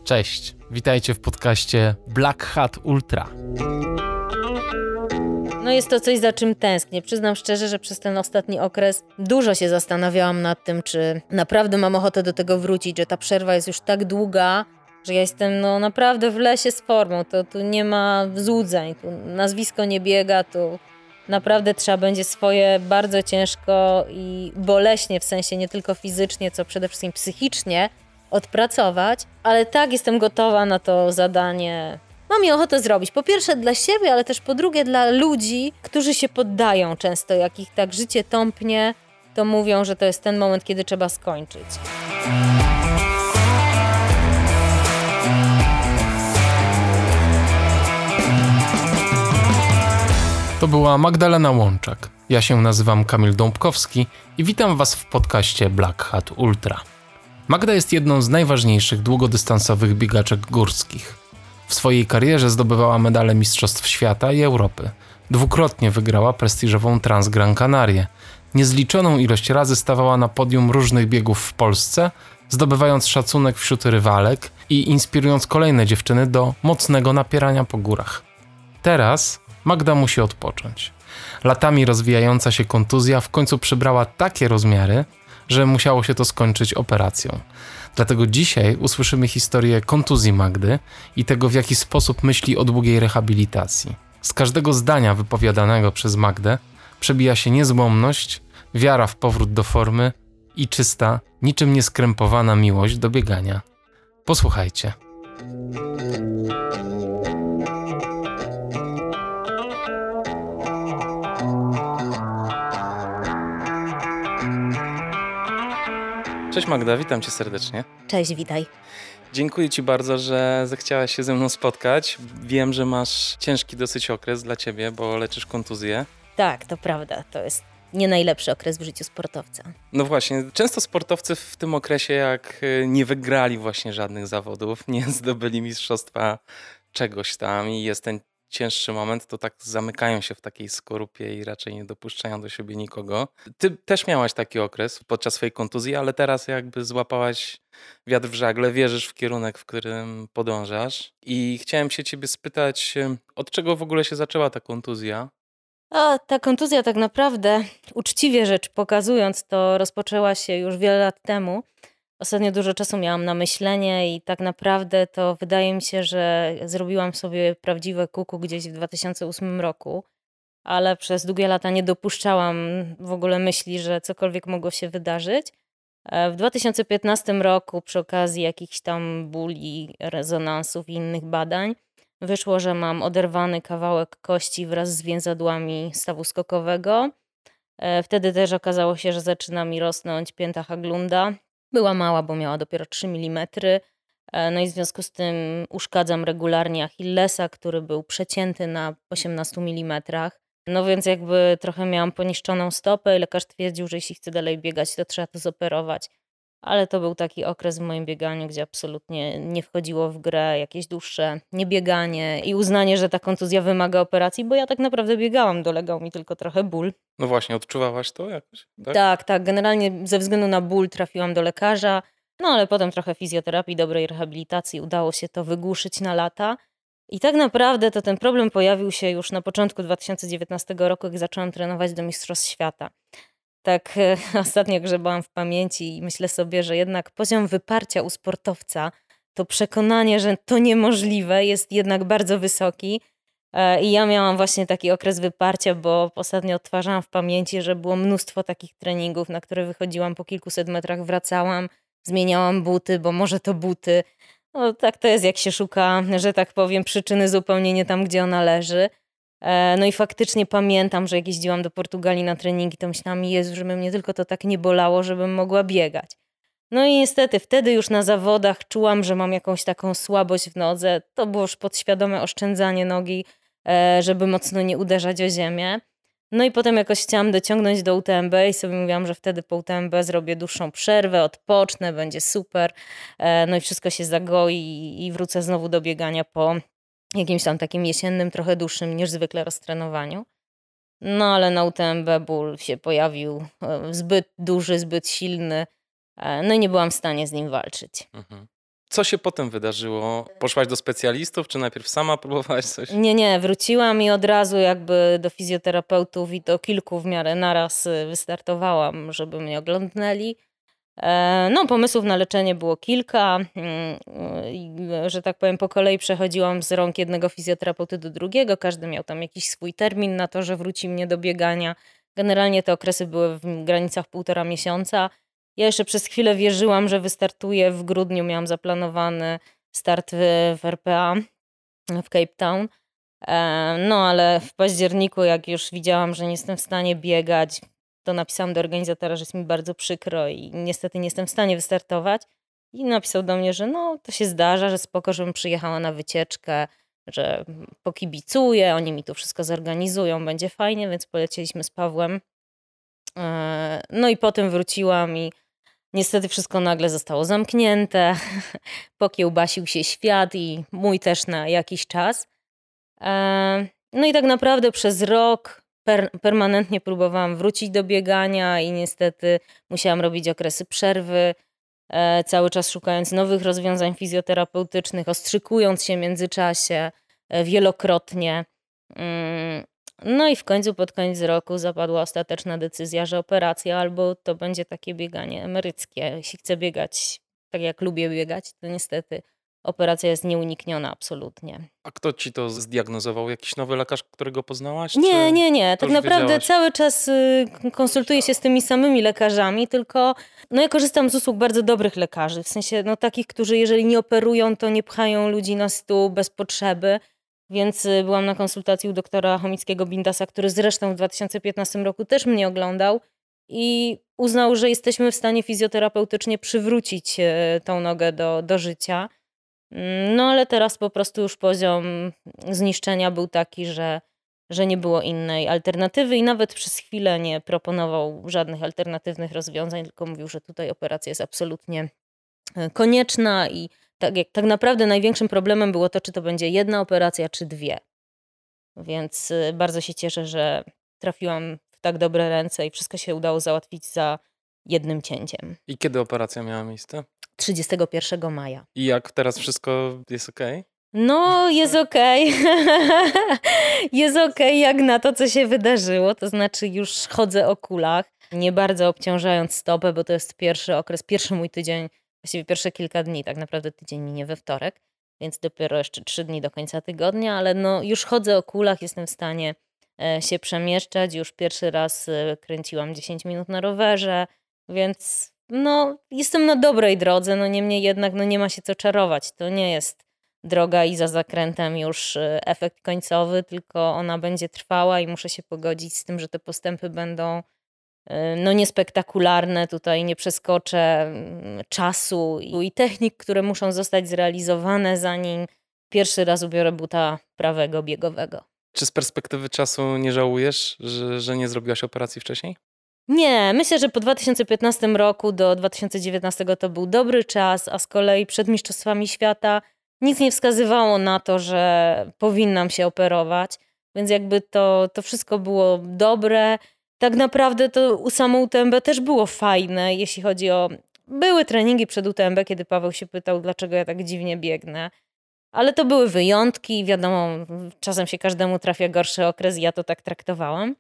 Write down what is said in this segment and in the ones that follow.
Cześć, witajcie w podcaście Black Hat Ultra. No jest to coś, za czym tęsknię. Przyznam szczerze, że przez ten ostatni okres dużo się zastanawiałam nad tym, czy naprawdę mam ochotę do tego wrócić, że ta przerwa jest już tak długa, że ja jestem naprawdę w lesie z formą. Tu nie ma złudzeń, tu nazwisko nie biega, tu naprawdę trzeba będzie swoje bardzo ciężko i boleśnie, w sensie nie tylko fizycznie, co przede wszystkim psychicznie, odpracować, ale tak jestem gotowa na to zadanie. Mam mi ochotę zrobić. Po pierwsze dla siebie, ale też po drugie dla ludzi, którzy się poddają często. Jak ich tak życie tąpnie, to mówią, że to jest ten moment, kiedy trzeba skończyć. To była Magdalena Łączak. Ja się nazywam Kamil Dąbkowski i witam Was w podcaście Black Hat Ultra. Magda jest jedną z najważniejszych długodystansowych biegaczek górskich. W swojej karierze zdobywała medale Mistrzostw Świata i Europy. Dwukrotnie wygrała prestiżową Trans Gran Canaria. Niezliczoną ilość razy stawała na podium różnych biegów w Polsce, zdobywając szacunek wśród rywalek i inspirując kolejne dziewczyny do mocnego napierania po górach. Teraz Magda musi odpocząć. Latami rozwijająca się kontuzja w końcu przybrała takie rozmiary, że musiało się to skończyć operacją. Dlatego dzisiaj usłyszymy historię kontuzji Magdy i tego, w jaki sposób myśli o długiej rehabilitacji. Z każdego zdania wypowiadanego przez Magdę przebija się niezłomność, wiara w powrót do formy i czysta, niczym nieskrępowana miłość do biegania. Posłuchajcie. Cześć Magda, witam Cię serdecznie. Cześć, witaj. Dziękuję Ci bardzo, że zechciałaś się ze mną spotkać. Wiem, że masz ciężki dosyć okres dla Ciebie, bo leczysz kontuzję. Tak, to prawda. To jest nie najlepszy okres w życiu sportowca. No właśnie, często sportowcy w tym okresie, jak nie wygrali właśnie żadnych zawodów, nie zdobyli mistrzostwa czegoś tam i jest ten cięższy moment, to tak zamykają się w takiej skorupie i raczej nie dopuszczają do siebie nikogo. Ty też miałaś taki okres podczas swojej kontuzji, ale teraz jakby złapałaś wiatr w żagle, wierzysz w kierunek, w którym podążasz. I chciałem się ciebie spytać, od czego w ogóle się zaczęła ta kontuzja? A ta kontuzja tak naprawdę, uczciwie rzecz pokazując, to rozpoczęła się już wiele lat temu. Ostatnio dużo czasu miałam na myślenie i tak naprawdę to wydaje mi się, że zrobiłam sobie prawdziwe kuku gdzieś w 2008 roku, ale przez długie lata nie dopuszczałam w ogóle myśli, że cokolwiek mogło się wydarzyć. W 2015 roku przy okazji jakichś tam bóli, rezonansów i innych badań wyszło, że mam oderwany kawałek kości wraz z więzadłami stawu skokowego. Wtedy też okazało się, że zaczyna mi rosnąć pięta Haglunda. Była mała, bo miała dopiero 3 mm. No i w związku z tym uszkadzam regularnie Achillesa, który był przecięty na 18 mm. No więc jakby trochę miałam poniszczoną stopę i lekarz twierdził, że jeśli chcę dalej biegać, to trzeba to zoperować. Ale to był taki okres w moim bieganiu, gdzie absolutnie nie wchodziło w grę jakieś dłuższe niebieganie i uznanie, że ta kontuzja wymaga operacji, bo ja tak naprawdę biegałam, dolegał mi tylko trochę ból. No właśnie, odczuwałaś to jakoś? Tak. Generalnie ze względu na ból trafiłam do lekarza, no ale potem trochę fizjoterapii, dobrej rehabilitacji, udało się to wygłuszyć na lata. I tak naprawdę to ten problem pojawił się już na początku 2019 roku, jak zaczęłam trenować do Mistrzostw Świata. Tak ostatnio grzebałam w pamięci i myślę sobie, że jednak poziom wyparcia u sportowca, to przekonanie, że to niemożliwe, jest jednak bardzo wysoki. I ja miałam właśnie taki okres wyparcia, bo ostatnio odtwarzałam w pamięci, że było mnóstwo takich treningów, na które wychodziłam po kilkuset metrach, wracałam, zmieniałam buty, bo może to buty. No tak to jest, jak się szuka, że tak powiem, przyczyny zupełnie nie tam, gdzie ona leży. No i faktycznie pamiętam, że jak jeździłam do Portugalii na treningi, to myślałam, Jezu, żeby mnie tylko to tak nie bolało, żebym mogła biegać. No i niestety wtedy już na zawodach czułam, że mam jakąś taką słabość w nodze. To było już podświadome oszczędzanie nogi, żeby mocno nie uderzać o ziemię. No i potem jakoś chciałam dociągnąć do UTMB i sobie mówiłam, że wtedy po UTMB zrobię dłuższą przerwę, odpocznę, będzie super. No i wszystko się zagoi i wrócę znowu do biegania po jakimś tam takim jesiennym, trochę dłuższym niż zwykle roztrenowaniu. No ale na UTMB ból się pojawił zbyt duży, zbyt silny. No i nie byłam w stanie z nim walczyć. Mhm. Co się potem wydarzyło? Poszłaś do specjalistów, czy najpierw sama próbowałaś coś? Nie, wróciłam i od razu jakby do fizjoterapeutów i do kilku w miarę naraz wystartowałam, żeby mnie oglądnęli. No, pomysłów na leczenie było kilka. Że tak powiem, po kolei przechodziłam z rąk jednego fizjoterapeuty do drugiego. Każdy miał tam jakiś swój termin na to, że wróci mnie do biegania. Generalnie te okresy były w granicach 1,5 miesiąca. Ja jeszcze przez chwilę wierzyłam, że wystartuję w grudniu. Miałam zaplanowany start w RPA w Cape Town. No, ale w październiku, jak już widziałam, że nie jestem w stanie biegać, to napisałam do organizatora, że jest mi bardzo przykro i niestety nie jestem w stanie wystartować. I napisał do mnie, że no, to się zdarza, że spoko, żebym przyjechała na wycieczkę, że pokibicuję, oni mi tu wszystko zorganizują, będzie fajnie, więc polecieliśmy z Pawłem. No i potem wróciłam i niestety wszystko nagle zostało zamknięte. Pokiełbasił się świat i mój też na jakiś czas. No i tak naprawdę przez rok permanentnie próbowałam wrócić do biegania i niestety musiałam robić okresy przerwy, cały czas szukając nowych rozwiązań fizjoterapeutycznych, ostrzykując się w międzyczasie wielokrotnie. No i w końcu pod koniec roku zapadła ostateczna decyzja, że operacja albo to będzie takie bieganie emeryckie. Jeśli chcę biegać tak jak lubię biegać, to niestety operacja jest nieunikniona absolutnie. A kto ci to zdiagnozował? Jakiś nowy lekarz, którego poznałaś? Nie. to Tak już naprawdę wiedziałaś? cały czas konsultuję się z tymi samymi lekarzami, tylko no ja korzystam z usług bardzo dobrych lekarzy, w sensie no takich, którzy jeżeli nie operują, to nie pchają ludzi na stół bez potrzeby. Więc byłam na konsultacji u doktora Chomickiego-Bindasa, który zresztą w 2015 roku też mnie oglądał i uznał, że jesteśmy w stanie fizjoterapeutycznie przywrócić tą nogę do życia. No ale teraz po prostu już poziom zniszczenia był taki, że nie było innej alternatywy i nawet przez chwilę nie proponował żadnych alternatywnych rozwiązań, tylko mówił, że tutaj operacja jest absolutnie konieczna i tak naprawdę największym problemem było to, czy to będzie jedna operacja, czy dwie. Więc bardzo się cieszę, że trafiłam w tak dobre ręce i wszystko się udało załatwić za jednym cięciem. I kiedy operacja miała miejsce? 31 maja. I jak teraz wszystko jest okej? No, jest okej. Jest okej jak na to, co się wydarzyło. To znaczy już chodzę o kulach, nie bardzo obciążając stopę, bo to jest pierwszy okres, pierwszy mój tydzień, właściwie pierwsze kilka dni, tak naprawdę tydzień minie we wtorek, więc dopiero jeszcze 3 dni do końca tygodnia, ale no już chodzę o kulach, jestem w stanie się przemieszczać. Już pierwszy raz kręciłam 10 minut na rowerze, więc no jestem na dobrej drodze, no niemniej jednak no nie ma się co czarować. To nie jest droga i za zakrętem już efekt końcowy, tylko ona będzie trwała i muszę się pogodzić z tym, że te postępy będą no niespektakularne. Tutaj nie przeskoczę czasu i technik, które muszą zostać zrealizowane, zanim pierwszy raz ubiorę buta prawego biegowego. Czy z perspektywy czasu nie żałujesz, że nie zrobiłaś operacji wcześniej? Nie, myślę, że po 2015 roku do 2019 to był dobry czas, a z kolei przed Mistrzostwami Świata nic nie wskazywało na to, że powinnam się operować, więc jakby to wszystko było dobre. Tak naprawdę to samo UTMB też było fajne, jeśli chodzi o... Były treningi przed UTMB, kiedy Paweł się pytał, dlaczego ja tak dziwnie biegnę. Ale to były wyjątki, wiadomo, czasem się każdemu trafia gorszy okres i ja to tak traktowałam.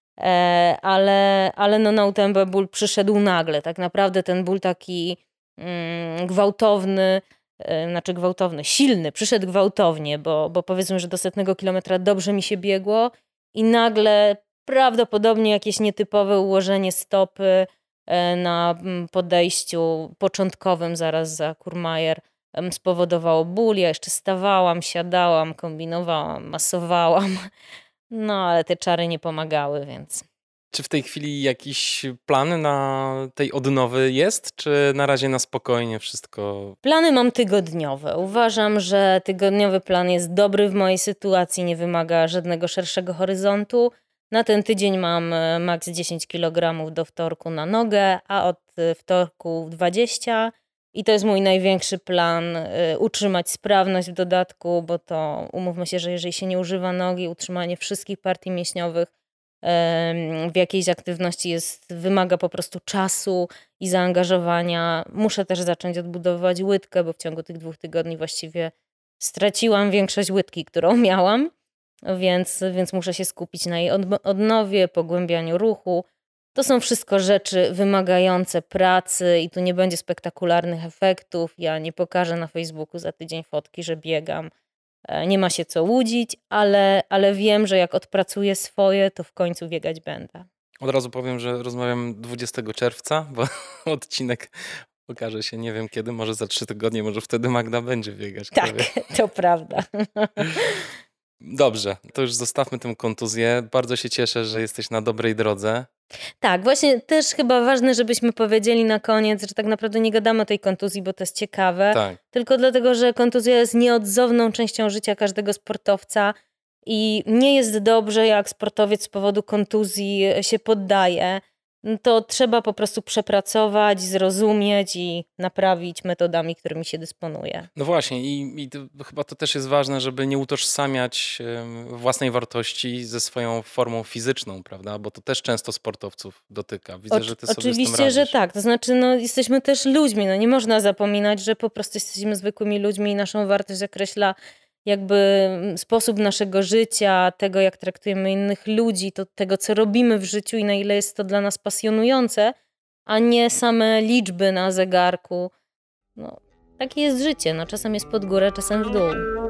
Ale no na UTMB ból przyszedł nagle. Tak naprawdę ten ból taki gwałtowny, silny, przyszedł gwałtownie, bo powiedzmy, że do 100 kilometra dobrze mi się biegło i nagle prawdopodobnie jakieś nietypowe ułożenie stopy na podejściu początkowym zaraz za Kurmajer spowodowało ból. Ja jeszcze stawałam, siadałam, kombinowałam, masowałam. No, ale te czary nie pomagały, więc... Czy w tej chwili jakiś plan na tej odnowy jest, czy na razie na spokojnie wszystko? Plany mam tygodniowe. Uważam, że tygodniowy plan jest dobry w mojej sytuacji, nie wymaga żadnego szerszego horyzontu. Na ten tydzień mam maks 10 kg do wtorku na nogę, a od wtorku 20. I to jest mój największy plan, utrzymać sprawność w dodatku, bo to umówmy się, że jeżeli się nie używa nogi, utrzymanie wszystkich partii mięśniowych w jakiejś aktywności wymaga po prostu czasu i zaangażowania. Muszę też zacząć odbudowywać łydkę, bo w ciągu tych 2 tygodni właściwie straciłam większość łydki, którą miałam, więc muszę się skupić na jej odnowie, pogłębianiu ruchu. To są wszystko rzeczy wymagające pracy i tu nie będzie spektakularnych efektów. Ja nie pokażę na Facebooku za tydzień fotki, że biegam. Nie ma się co łudzić, ale wiem, że jak odpracuję swoje, to w końcu biegać będę. Od razu powiem, że rozmawiam 20 czerwca, bo odcinek pokaże się nie wiem kiedy, może za 3 tygodnie, może wtedy Magda będzie biegać. Tak, to prawda. Dobrze, to już zostawmy tę kontuzję. Bardzo się cieszę, że jesteś na dobrej drodze. Tak, właśnie też chyba ważne, żebyśmy powiedzieli na koniec, że tak naprawdę nie gadamy o tej kontuzji, bo to jest ciekawe, Tak. tylko dlatego, że kontuzja jest nieodzowną częścią życia każdego sportowca i nie jest dobrze, jak sportowiec z powodu kontuzji się poddaje. To trzeba po prostu przepracować, zrozumieć i naprawić metodami, którymi się dysponuje. No właśnie i chyba to też jest ważne, żeby nie utożsamiać własnej wartości ze swoją formą fizyczną, prawda? Bo to też często sportowców dotyka. Widzę, że ty sobie z tym Oczywiście, radzisz. że tak. To znaczy, jesteśmy też ludźmi. Nie można zapominać, że po prostu jesteśmy zwykłymi ludźmi i naszą wartość określa jakby sposób naszego życia, tego jak traktujemy innych ludzi, tego co robimy w życiu i na ile jest to dla nas pasjonujące, a nie same liczby na zegarku. Takie jest życie. Czasem jest pod górę, czasem w dół.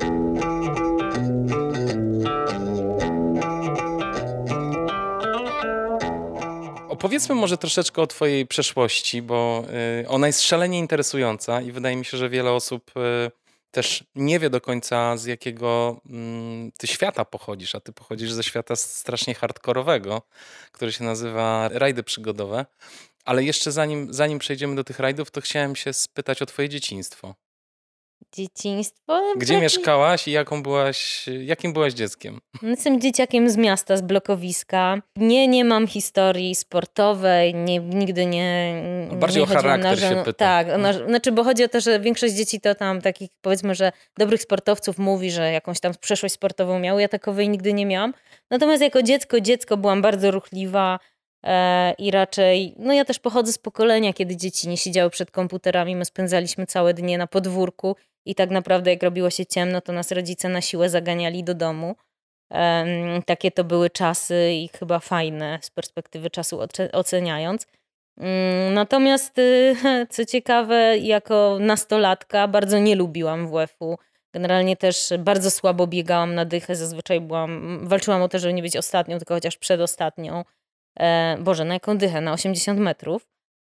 Opowiedzmy może troszeczkę o twojej przeszłości, bo ona jest szalenie interesująca i wydaje mi się, że wiele osób też nie wie do końca, z jakiego ty świata pochodzisz, a ty pochodzisz ze świata strasznie hardkorowego, który się nazywa rajdy przygodowe. Ale jeszcze zanim przejdziemy do tych rajdów, to chciałem się spytać o twoje dzieciństwo. Dzieciństwo? Gdzie mieszkałaś i jakim byłaś dzieckiem? Jestem dzieciakiem z miasta, z blokowiska. Nie mam historii sportowej, nigdy nie. Bardziej nie o charakter się pytam. Tak, znaczy, bo chodzi o to, że większość dzieci to tam takich, powiedzmy, że dobrych sportowców mówi, że jakąś tam przeszłość sportową miały. Ja takowej nigdy nie miałam. Natomiast jako dziecko byłam bardzo ruchliwa i raczej, ja też pochodzę z pokolenia, kiedy dzieci nie siedziały przed komputerami, my spędzaliśmy całe dnie na podwórku i tak naprawdę jak robiło się ciemno, to nas rodzice na siłę zaganiali do domu. Takie to były czasy i chyba fajne z perspektywy czasu oceniając. Natomiast co ciekawe, jako nastolatka bardzo nie lubiłam WF-u. Generalnie też bardzo słabo biegałam na dychę, zazwyczaj walczyłam o to, żeby nie być ostatnią, tylko chociaż przedostatnią. Boże, na jaką dychę? Na 80 metrów.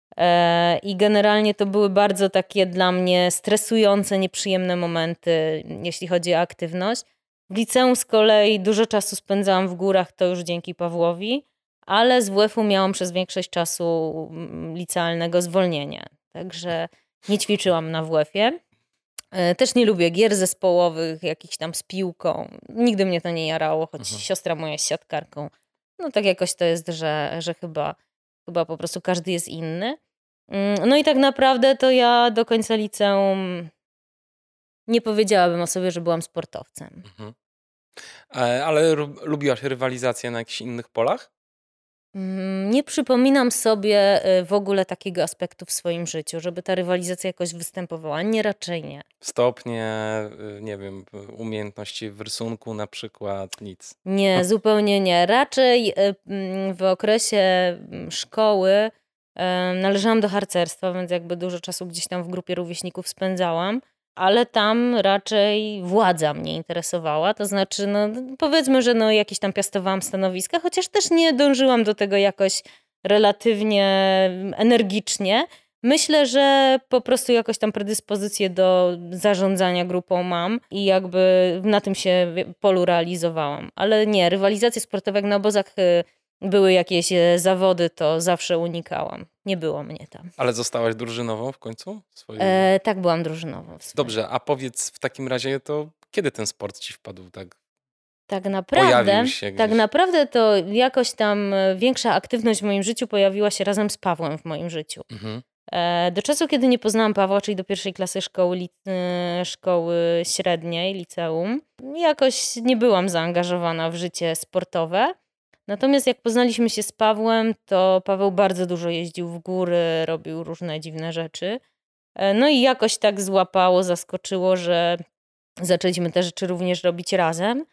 I generalnie to były bardzo takie dla mnie stresujące, nieprzyjemne momenty, jeśli chodzi o aktywność. W liceum z kolei dużo czasu spędzałam w górach, to już dzięki Pawłowi, ale z WF-u miałam przez większość czasu licealnego zwolnienie. Także nie ćwiczyłam na WF-ie. Też nie lubię gier zespołowych, jakichś tam z piłką. Nigdy mnie to nie jarało, choć siostra moja jest siatkarką. Tak jakoś to jest, że chyba po prostu każdy jest inny. I tak naprawdę to ja do końca liceum nie powiedziałabym o sobie, że byłam sportowcem. Ale lubiłaś rywalizację na jakichś innych polach? Nie przypominam sobie w ogóle takiego aspektu w swoim życiu, żeby ta rywalizacja jakoś występowała. Raczej nie. Stopnie, nie wiem, umiejętności w rysunku na przykład, nic. Nie, zupełnie nie. Raczej w okresie szkoły należałam do harcerstwa, więc jakby dużo czasu gdzieś tam w grupie rówieśników spędzałam, ale tam raczej władza mnie interesowała, to znaczy powiedzmy, że jakieś tam piastowałam stanowiska, chociaż też nie dążyłam do tego jakoś relatywnie energicznie. Myślę, że po prostu jakoś tam predyspozycję do zarządzania grupą mam i jakby na tym się polu realizowałam. Ale nie, rywalizacje sportowe jak na obozach były jakieś zawody, to zawsze unikałam. Nie było mnie tam. Ale zostałaś drużynową w końcu? Tak, byłam drużynową. Dobrze, a powiedz w takim razie to kiedy ten sport ci wpadł tak? Tak naprawdę to jakoś tam większa aktywność w moim życiu pojawiła się razem z Pawłem w moim życiu. Do czasu, kiedy nie poznałam Pawła, czyli do pierwszej klasy szkoły średniej, liceum, jakoś nie byłam zaangażowana w życie sportowe. Natomiast jak poznaliśmy się z Pawłem, to Paweł bardzo dużo jeździł w góry, robił różne dziwne rzeczy. No i jakoś tak złapało, zaskoczyło, że zaczęliśmy te rzeczy również robić razem.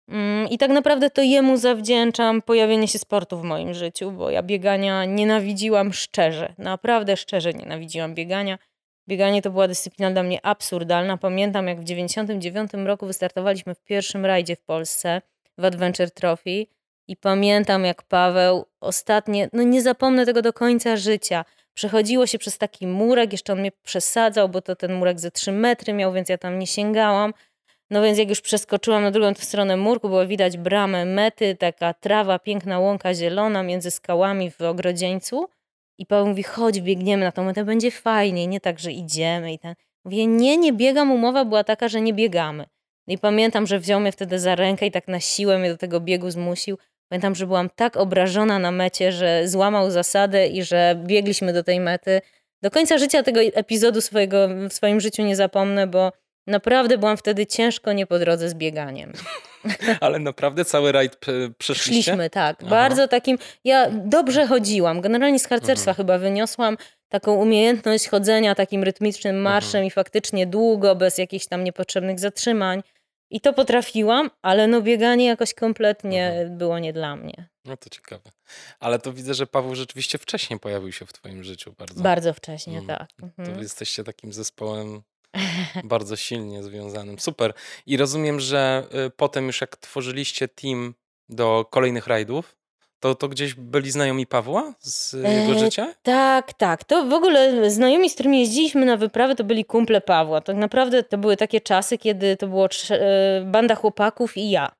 I tak naprawdę to jemu zawdzięczam pojawienie się sportu w moim życiu, bo ja biegania nienawidziłam szczerze. Naprawdę szczerze nienawidziłam biegania. Bieganie to była dyscyplina dla mnie absurdalna. Pamiętam, jak w 1999 roku wystartowaliśmy w pierwszym rajdzie w Polsce, w Adventure Trophy. I pamiętam, jak Paweł ostatnie, no nie zapomnę tego do końca życia, przechodziło się przez taki murek, jeszcze on mnie przesadzał, bo to ten murek ze 3 metry miał, więc ja tam nie sięgałam. No więc jak już przeskoczyłam na drugą stronę murku, było widać bramę mety, taka trawa, piękna łąka zielona między skałami w ogrodzieńcu. I Paweł mówi, chodź, biegniemy na tą metę, będzie fajnie, nie tak, że idziemy i ten. Mówię, nie biegam, umowa była taka, że nie biegamy. No i pamiętam, że wziął mnie wtedy za rękę i tak na siłę mnie do tego biegu zmusił. Pamiętam, że byłam tak obrażona na mecie, że złamał zasadę i że biegliśmy do tej mety. Do końca życia tego epizodu w swoim życiu nie zapomnę, bo naprawdę byłam wtedy ciężko nie po drodze z bieganiem. Ale naprawdę cały rajd przeszliście? Szliśmy, tak. Bardzo takim... Ja dobrze chodziłam. Generalnie z harcerstwa chyba wyniosłam taką umiejętność chodzenia takim rytmicznym marszem i faktycznie długo, bez jakichś tam niepotrzebnych zatrzymań. I to potrafiłam, ale no bieganie jakoś kompletnie było nie dla mnie. No to ciekawe. Ale to widzę, że Paweł rzeczywiście wcześniej pojawił się w twoim życiu bardzo. Bardzo wcześnie, tak. To wy jesteście takim zespołem bardzo silnie związanym. Super. I rozumiem, że potem już jak tworzyliście team do kolejnych rajdów, to gdzieś byli znajomi Pawła z jego życia? Tak. To w ogóle znajomi, z którymi jeździliśmy na wyprawy, to byli kumple Pawła. Tak naprawdę to były takie czasy, kiedy to było banda chłopaków i ja.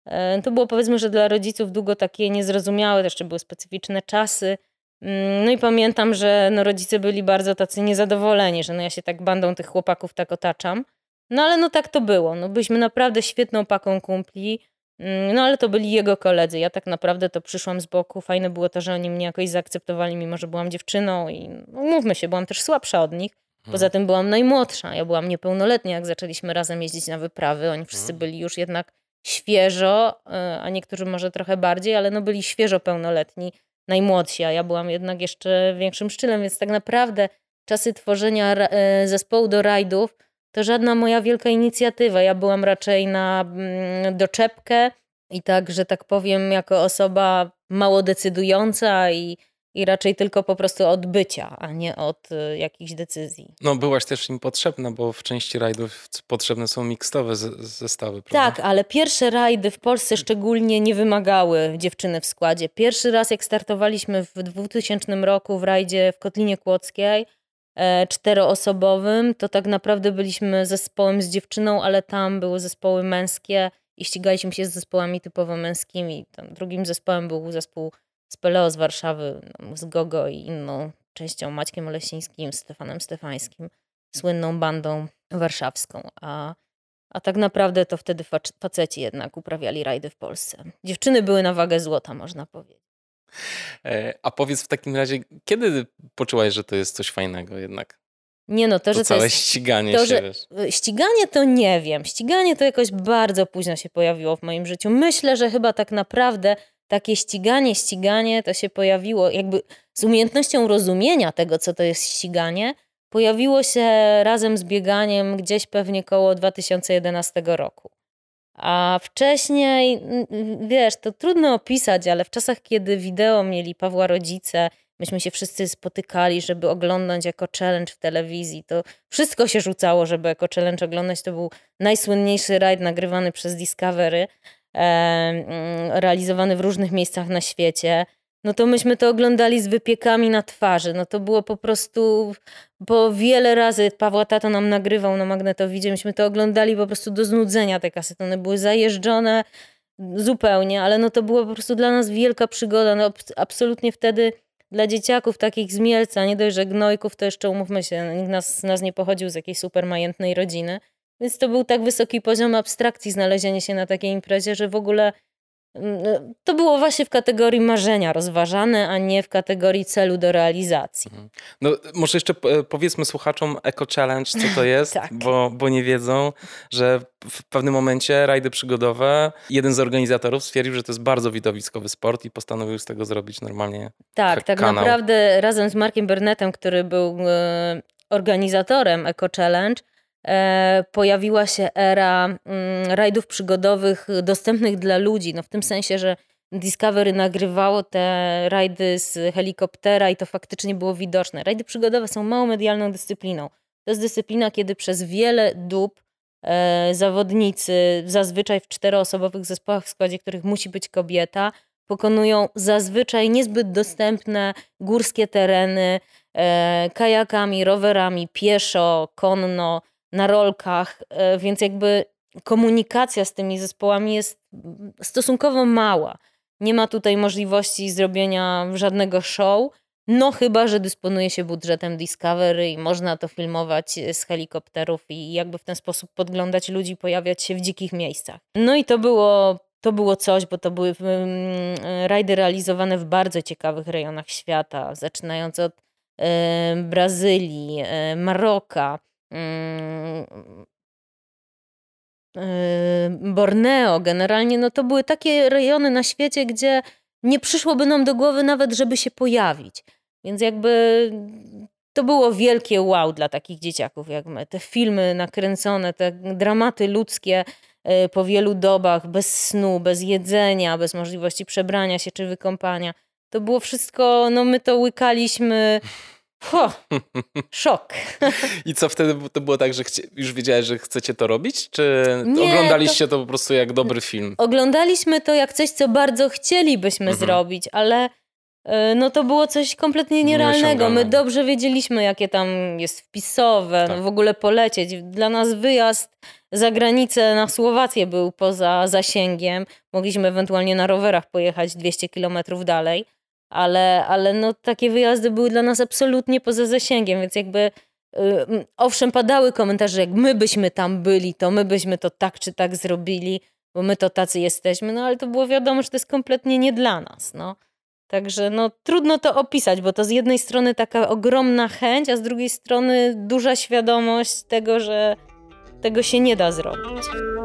To było, powiedzmy, że dla rodziców długo takie niezrozumiałe, jeszcze były specyficzne czasy. No i pamiętam, że no rodzice byli bardzo tacy niezadowoleni, że no ja się tak bandą tych chłopaków tak otaczam. No ale no tak to było. No byliśmy naprawdę świetną paką kumpli. No ale to byli jego koledzy. Ja tak naprawdę to przyszłam z boku. Fajne było to, że oni mnie jakoś zaakceptowali, mimo że byłam dziewczyną i no, mówmy się, byłam też słabsza od nich. Poza tym byłam najmłodsza. Ja byłam niepełnoletnia, jak zaczęliśmy razem jeździć na wyprawy. Oni wszyscy byli już jednak świeżo, a niektórzy może trochę bardziej, ale no byli świeżo pełnoletni, najmłodsi, a ja byłam jednak jeszcze większym szczylem, więc tak naprawdę czasy tworzenia zespołu do rajdów to żadna moja wielka inicjatywa. Ja byłam raczej na doczepkę i tak, że tak powiem, jako osoba mało decydująca i raczej tylko po prostu od bycia, a nie od jakichś decyzji. No byłaś też im potrzebna, bo w części rajdów potrzebne są mikstowe zestawy, prawda? Tak, ale pierwsze rajdy w Polsce szczególnie nie wymagały dziewczyny w składzie. Pierwszy raz jak startowaliśmy w 2000 roku w rajdzie w Kotlinie Kłodzkiej, 4-osobowym, to tak naprawdę byliśmy zespołem z dziewczyną, ale tam były zespoły męskie i ścigaliśmy się z zespołami typowo męskimi. Tam drugim zespołem był zespół z Peleo z Warszawy, z Gogo i inną częścią, Maćkiem Olesińskim, Stefanem Stefańskim, słynną bandą warszawską. A tak naprawdę to wtedy faceci jednak uprawiali rajdy w Polsce. Dziewczyny były na wagę złota, można powiedzieć. A powiedz w takim razie, kiedy poczułaś, że to jest coś fajnego jednak? Nie no, to, że całe to jest, ściganie to, się, że, wiesz. Ściganie to nie wiem. Ściganie to jakoś bardzo późno się pojawiło w moim życiu. Myślę, że chyba tak naprawdę takie ściganie to się pojawiło jakby z umiejętnością rozumienia tego, co to jest ściganie, pojawiło się razem z bieganiem gdzieś pewnie koło 2011 roku. A wcześniej, wiesz, to trudno opisać, ale w czasach, kiedy wideo mieli Pawła rodzice, myśmy się wszyscy spotykali, żeby oglądać jako challenge w telewizji, to wszystko się rzucało, żeby jako challenge oglądać. To był najsłynniejszy rajd nagrywany przez Discovery, realizowany w różnych miejscach na świecie. No to myśmy to oglądali z wypiekami na twarzy. No to było po prostu, bo wiele razy Pawła tata nam nagrywał na magnetowidzie. Myśmy to oglądali po prostu do znudzenia, te kasety. One były zajeżdżone zupełnie, ale no to było po prostu dla nas wielka przygoda. No absolutnie wtedy dla dzieciaków takich z Mielca, nie dość, że gnojków, to jeszcze umówmy się, nikt z nas nie pochodził z jakiejś super majętnej rodziny. Więc to był tak wysoki poziom abstrakcji znalezienie się na takiej imprezie, że w ogóle To było właśnie w kategorii marzenia rozważane, a nie w kategorii celu do realizacji. No, może jeszcze powiedzmy słuchaczom Eco Challenge, co to jest, Tak. bo nie wiedzą, że w pewnym momencie rajdy przygodowe, jeden z organizatorów stwierdził, że to jest bardzo widowiskowy sport i postanowił z tego zrobić normalnie Tak kanał. naprawdę razem z Markiem Burnettem, który był organizatorem Eco Challenge, pojawiła się era rajdów przygodowych dostępnych dla ludzi. No w tym sensie, że Discovery nagrywało te rajdy z helikoptera i to faktycznie było widoczne. Rajdy przygodowe są mało medialną dyscypliną. To jest dyscyplina, kiedy przez wiele dób zawodnicy, zazwyczaj w 4-osobowych zespołach, w składzie których musi być kobieta, pokonują zazwyczaj niezbyt dostępne górskie tereny kajakami, rowerami, pieszo, konno, na rolkach, więc jakby komunikacja z tymi zespołami jest stosunkowo mała. Nie ma tutaj możliwości zrobienia żadnego show, no chyba że dysponuje się budżetem Discovery i można to filmować z helikopterów i jakby w ten sposób podglądać ludzi, pojawiać się w dzikich miejscach. No i to było coś, bo to były rajdy realizowane w bardzo ciekawych rejonach świata, zaczynając od Brazylii, Maroka, Borneo. Generalnie no to były takie rejony na świecie, gdzie nie przyszłoby nam do głowy nawet, żeby się pojawić. Więc jakby to było wielkie wow dla takich dzieciaków jak my. Te filmy nakręcone, te dramaty ludzkie po wielu dobach, bez snu, bez jedzenia, bez możliwości przebrania się czy wykąpania. To było wszystko, no my to łykaliśmy. Szok. I co wtedy to było tak, że już wiedziałeś, że chcecie to robić? Czy Nie, oglądaliście to po prostu jak dobry film? Oglądaliśmy to jak coś, co bardzo chcielibyśmy zrobić, ale no to było coś kompletnie nierealnego. My Nieosiągalnego. dobrze wiedzieliśmy, jakie tam jest wpisowe, Tak. no w ogóle polecieć. Dla nas wyjazd za granicę na Słowację był poza zasięgiem. Mogliśmy ewentualnie na rowerach pojechać 200 kilometrów dalej. Ale no, takie wyjazdy były dla nas absolutnie poza zasięgiem, więc jakby owszem, padały komentarze, jak my byśmy tam byli, to my byśmy to tak czy tak zrobili, bo my to tacy jesteśmy, no ale to było wiadomo, że to jest kompletnie nie dla nas, no. Także no trudno to opisać, bo to z jednej strony taka ogromna chęć, a z drugiej strony duża świadomość tego, że tego się nie da zrobić.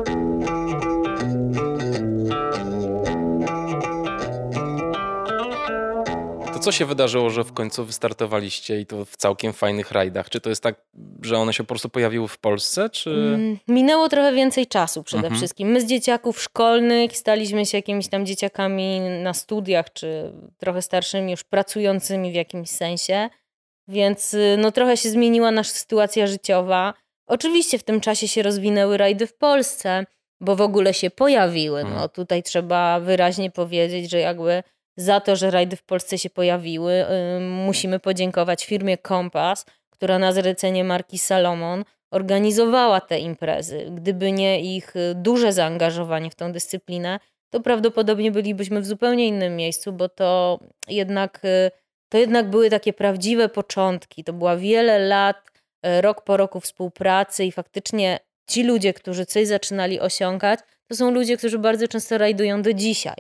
To co się wydarzyło, że w końcu wystartowaliście i to w całkiem fajnych rajdach? Czy to jest tak, że one się po prostu pojawiły w Polsce, czy... Minęło trochę więcej czasu przede wszystkim. My z dzieciaków szkolnych staliśmy się jakimiś tam dzieciakami na studiach, czy trochę starszymi, już pracującymi w jakimś sensie. Więc no trochę się zmieniła nasza sytuacja życiowa. Oczywiście w tym czasie się rozwinęły rajdy w Polsce, bo w ogóle się pojawiły. No tutaj trzeba wyraźnie powiedzieć, że jakby za to, że rajdy w Polsce się pojawiły, musimy podziękować firmie Compass, która na zlecenie marki Salomon organizowała te imprezy. Gdyby nie ich duże zaangażowanie w tą dyscyplinę, to prawdopodobnie bylibyśmy w zupełnie innym miejscu, bo to jednak były takie prawdziwe początki. To była wiele lat, rok po roku współpracy i faktycznie ci ludzie, którzy coś zaczynali osiągać, to są ludzie, którzy bardzo często rajdują do dzisiaj.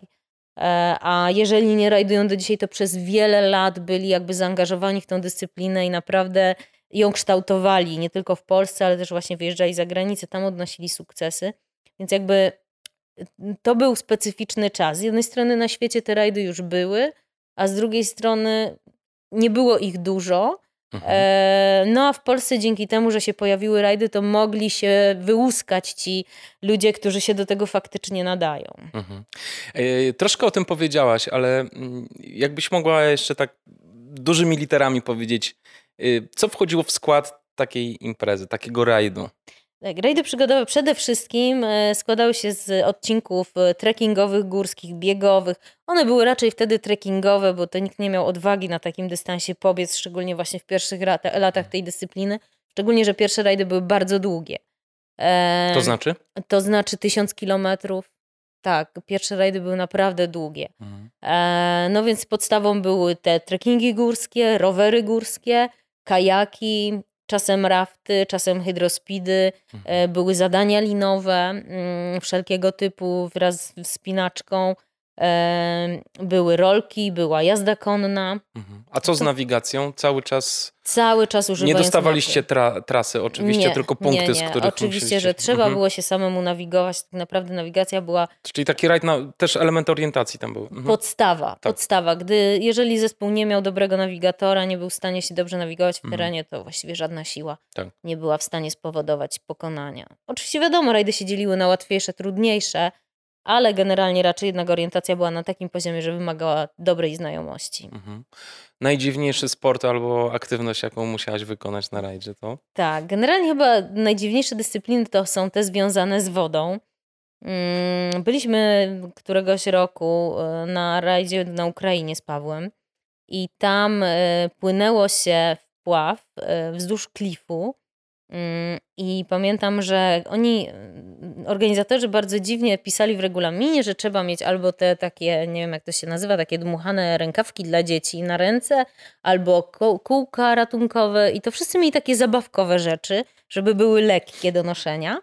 A jeżeli nie rajdują do dzisiaj, to przez wiele lat byli jakby zaangażowani w tą dyscyplinę i naprawdę ją kształtowali, nie tylko w Polsce, ale też właśnie wyjeżdżali za granicę, tam odnosili sukcesy. Więc jakby to był specyficzny czas. Z jednej strony na świecie te rajdy już były, a z drugiej strony nie było ich dużo. No a w Polsce dzięki temu, że się pojawiły rajdy, to mogli się wyłuskać ci ludzie, którzy się do tego faktycznie nadają. Troszkę o tym powiedziałaś, ale jakbyś mogła jeszcze tak dużymi literami powiedzieć, co wchodziło w skład takiej imprezy, takiego rajdu? Tak, rajdy przygodowe przede wszystkim składały się z odcinków trekkingowych, górskich, biegowych. One były raczej wtedy trekkingowe, bo to nikt nie miał odwagi na takim dystansie pobiec, szczególnie właśnie w pierwszych latach tej dyscypliny. Szczególnie, że pierwsze rajdy były bardzo długie. To znaczy? To znaczy 1000 kilometrów. Tak, pierwsze rajdy były naprawdę długie. No więc podstawą były te trekkingi górskie, rowery górskie, kajaki, czasem rafty, czasem hydrospeedy, były zadania linowe wszelkiego typu wraz z wspinaczką. były rolki, była jazda konna. A co z nawigacją? Cały czas Cały czas nie używając dostawaliście mapy. trasy oczywiście, tylko punkty, z których Oczywiście, musieliście... że trzeba było się samemu nawigować. Tak naprawdę nawigacja była Czyli taki rajd, też element orientacji tam był. podstawa. Jeżeli zespół nie miał dobrego nawigatora, nie był w stanie się dobrze nawigować w terenie, to właściwie żadna siła nie była w stanie spowodować pokonania. Oczywiście wiadomo, rajdy się dzieliły na łatwiejsze, trudniejsze, ale generalnie raczej jednak orientacja była na takim poziomie, że wymagała dobrej znajomości. Najdziwniejszy sport albo aktywność, jaką musiałaś wykonać na rajdzie, to? Tak, generalnie chyba najdziwniejsze dyscypliny to są te związane z wodą. Byliśmy któregoś roku na rajdzie na Ukrainie z Pawłem i tam płynęło się wpław wzdłuż klifu i pamiętam, że organizatorzy bardzo dziwnie pisali w regulaminie, że trzeba mieć albo te takie, nie wiem jak to się nazywa, takie dmuchane rękawki dla dzieci na ręce, albo kółka ratunkowe i to wszyscy mieli takie zabawkowe rzeczy, żeby były lekkie do noszenia.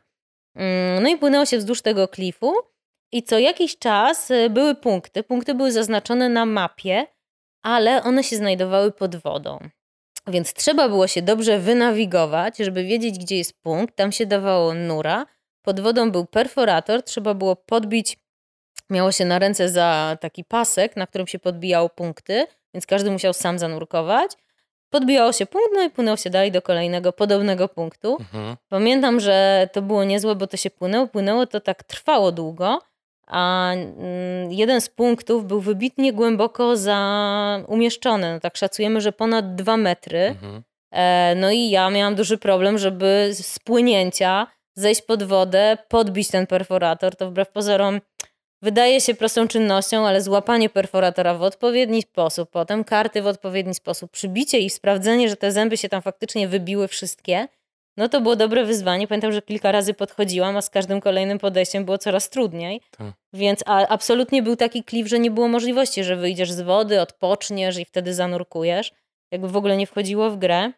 No i płynęło się wzdłuż tego klifu i co jakiś czas były punkty. Punkty były zaznaczone na mapie, ale one się znajdowały pod wodą. Więc trzeba było się dobrze wynawigować, żeby wiedzieć, gdzie jest punkt. Tam się dawało nura. Pod wodą był perforator. Trzeba było podbić, miało się na ręce za taki pasek, na którym się podbijało punkty, więc każdy musiał sam zanurkować. Podbijało się punkt, no i płynęło się dalej do kolejnego, podobnego punktu. Pamiętam, że to było niezłe, bo to się płynęło, to tak trwało długo, a jeden z punktów był wybitnie głęboko umieszczony. No tak szacujemy, że ponad 2 metry. No i ja miałam duży problem, żeby z płynięcia zejść pod wodę, podbić ten perforator. To wbrew pozorom wydaje się prostą czynnością, ale złapanie perforatora w odpowiedni sposób, potem karty w odpowiedni sposób, przybicie i sprawdzenie, że te zęby się tam faktycznie wybiły wszystkie, no to było dobre wyzwanie. Pamiętam, że kilka razy podchodziłam, a z każdym kolejnym podejściem było coraz trudniej. Więc absolutnie był taki klif, że nie było możliwości, że wyjdziesz z wody, odpoczniesz i wtedy zanurkujesz. Jakby w ogóle nie wchodziło w grę.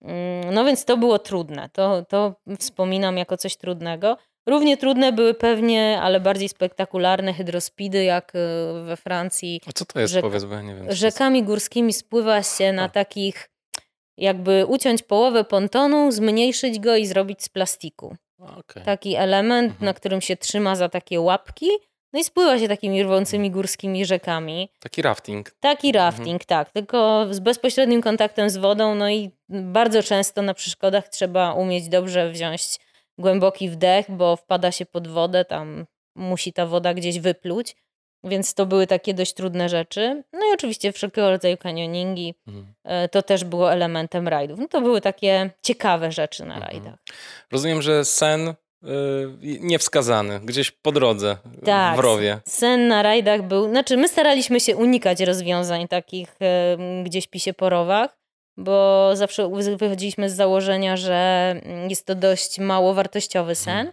No więc to było trudne. To wspominam jako coś trudnego. Równie trudne były pewnie, ale bardziej spektakularne hydrospidy, jak we Francji. A co to jest, powiedz, bo ja nie wiem. Rzekami górskimi spływa się na takich, jakby uciąć połowę pontonu, zmniejszyć go i zrobić z plastiku. Taki element, na którym się trzyma za takie łapki, no i spływa się takimi rwącymi górskimi rzekami. Taki rafting. Tak. Tylko z bezpośrednim kontaktem z wodą, no i bardzo często na przeszkodach trzeba umieć dobrze wziąć głęboki wdech, bo wpada się pod wodę, tam musi ta woda gdzieś wypluć, więc to były takie dość trudne rzeczy. No i oczywiście wszelkiego rodzaju kanioningi, to też było elementem rajdów. No to były takie ciekawe rzeczy na rajdach. Rozumiem, że sen niewskazany, gdzieś po drodze w rowie. Sen na rajdach był, my staraliśmy się unikać rozwiązań takich gdzieś pisie po rowach, bo zawsze wychodziliśmy z założenia, że jest to dość mało wartościowy sen.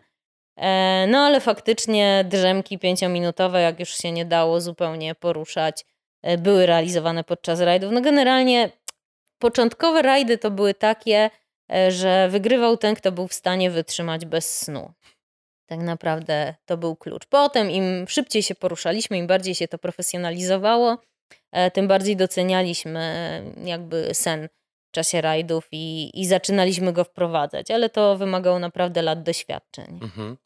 No ale faktycznie drzemki 5-minutowe, jak już się nie dało zupełnie poruszać, były realizowane podczas rajdów. No generalnie początkowe rajdy to były takie, że wygrywał ten, kto był w stanie wytrzymać bez snu. Tak naprawdę to był klucz. Potem im szybciej się poruszaliśmy, im bardziej się to profesjonalizowało, tym bardziej docenialiśmy jakby sen w czasie rajdów i zaczynaliśmy go wprowadzać, ale to wymagało naprawdę lat doświadczeń.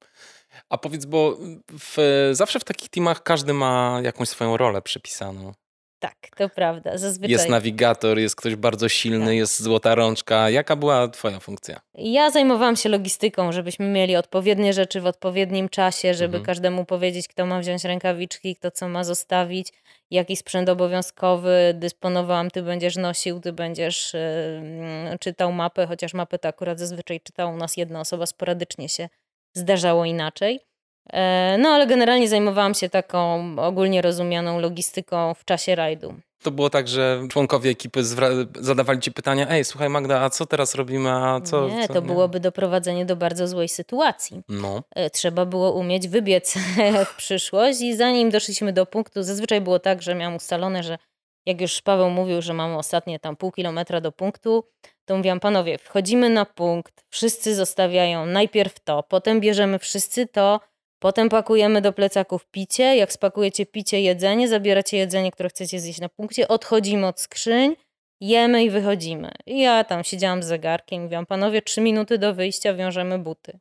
A powiedz, bo zawsze w takich teamach każdy ma jakąś swoją rolę przypisaną. Tak, to prawda. Zazwyczaj. Jest nawigator, jest ktoś bardzo silny, jest złota rączka. Jaka była twoja funkcja? Ja zajmowałam się logistyką, żebyśmy mieli odpowiednie rzeczy w odpowiednim czasie, żeby każdemu powiedzieć, kto ma wziąć rękawiczki, kto co ma zostawić, jaki sprzęt obowiązkowy dysponowałam, ty będziesz nosił, ty będziesz czytał mapę, chociaż mapę to akurat zazwyczaj czytała u nas jedna osoba, sporadycznie się zdarzało inaczej. No ale generalnie zajmowałam się taką ogólnie rozumianą logistyką w czasie rajdu. To było tak, że członkowie ekipy zadawali ci pytania: ej, słuchaj Magda, a co teraz robimy? A co, nie, co to byłoby doprowadzenie do bardzo złej sytuacji. Trzeba było umieć wybiec w przyszłość i zanim doszliśmy do punktu, zazwyczaj było tak, że miałam ustalone, że jak już Paweł mówił, że mamy ostatnie tam pół kilometra do punktu, to mówiłam: panowie, wchodzimy na punkt, wszyscy zostawiają najpierw to, potem bierzemy wszyscy to, Potem pakujemy do plecaków picie. Jak spakujecie picie, jedzenie, zabieracie jedzenie, które chcecie zjeść na punkcie, odchodzimy od skrzyń, jemy i wychodzimy. I ja tam siedziałam z zegarkiem i mówiłam, panowie, 3 minuty do wyjścia, wiążemy buty.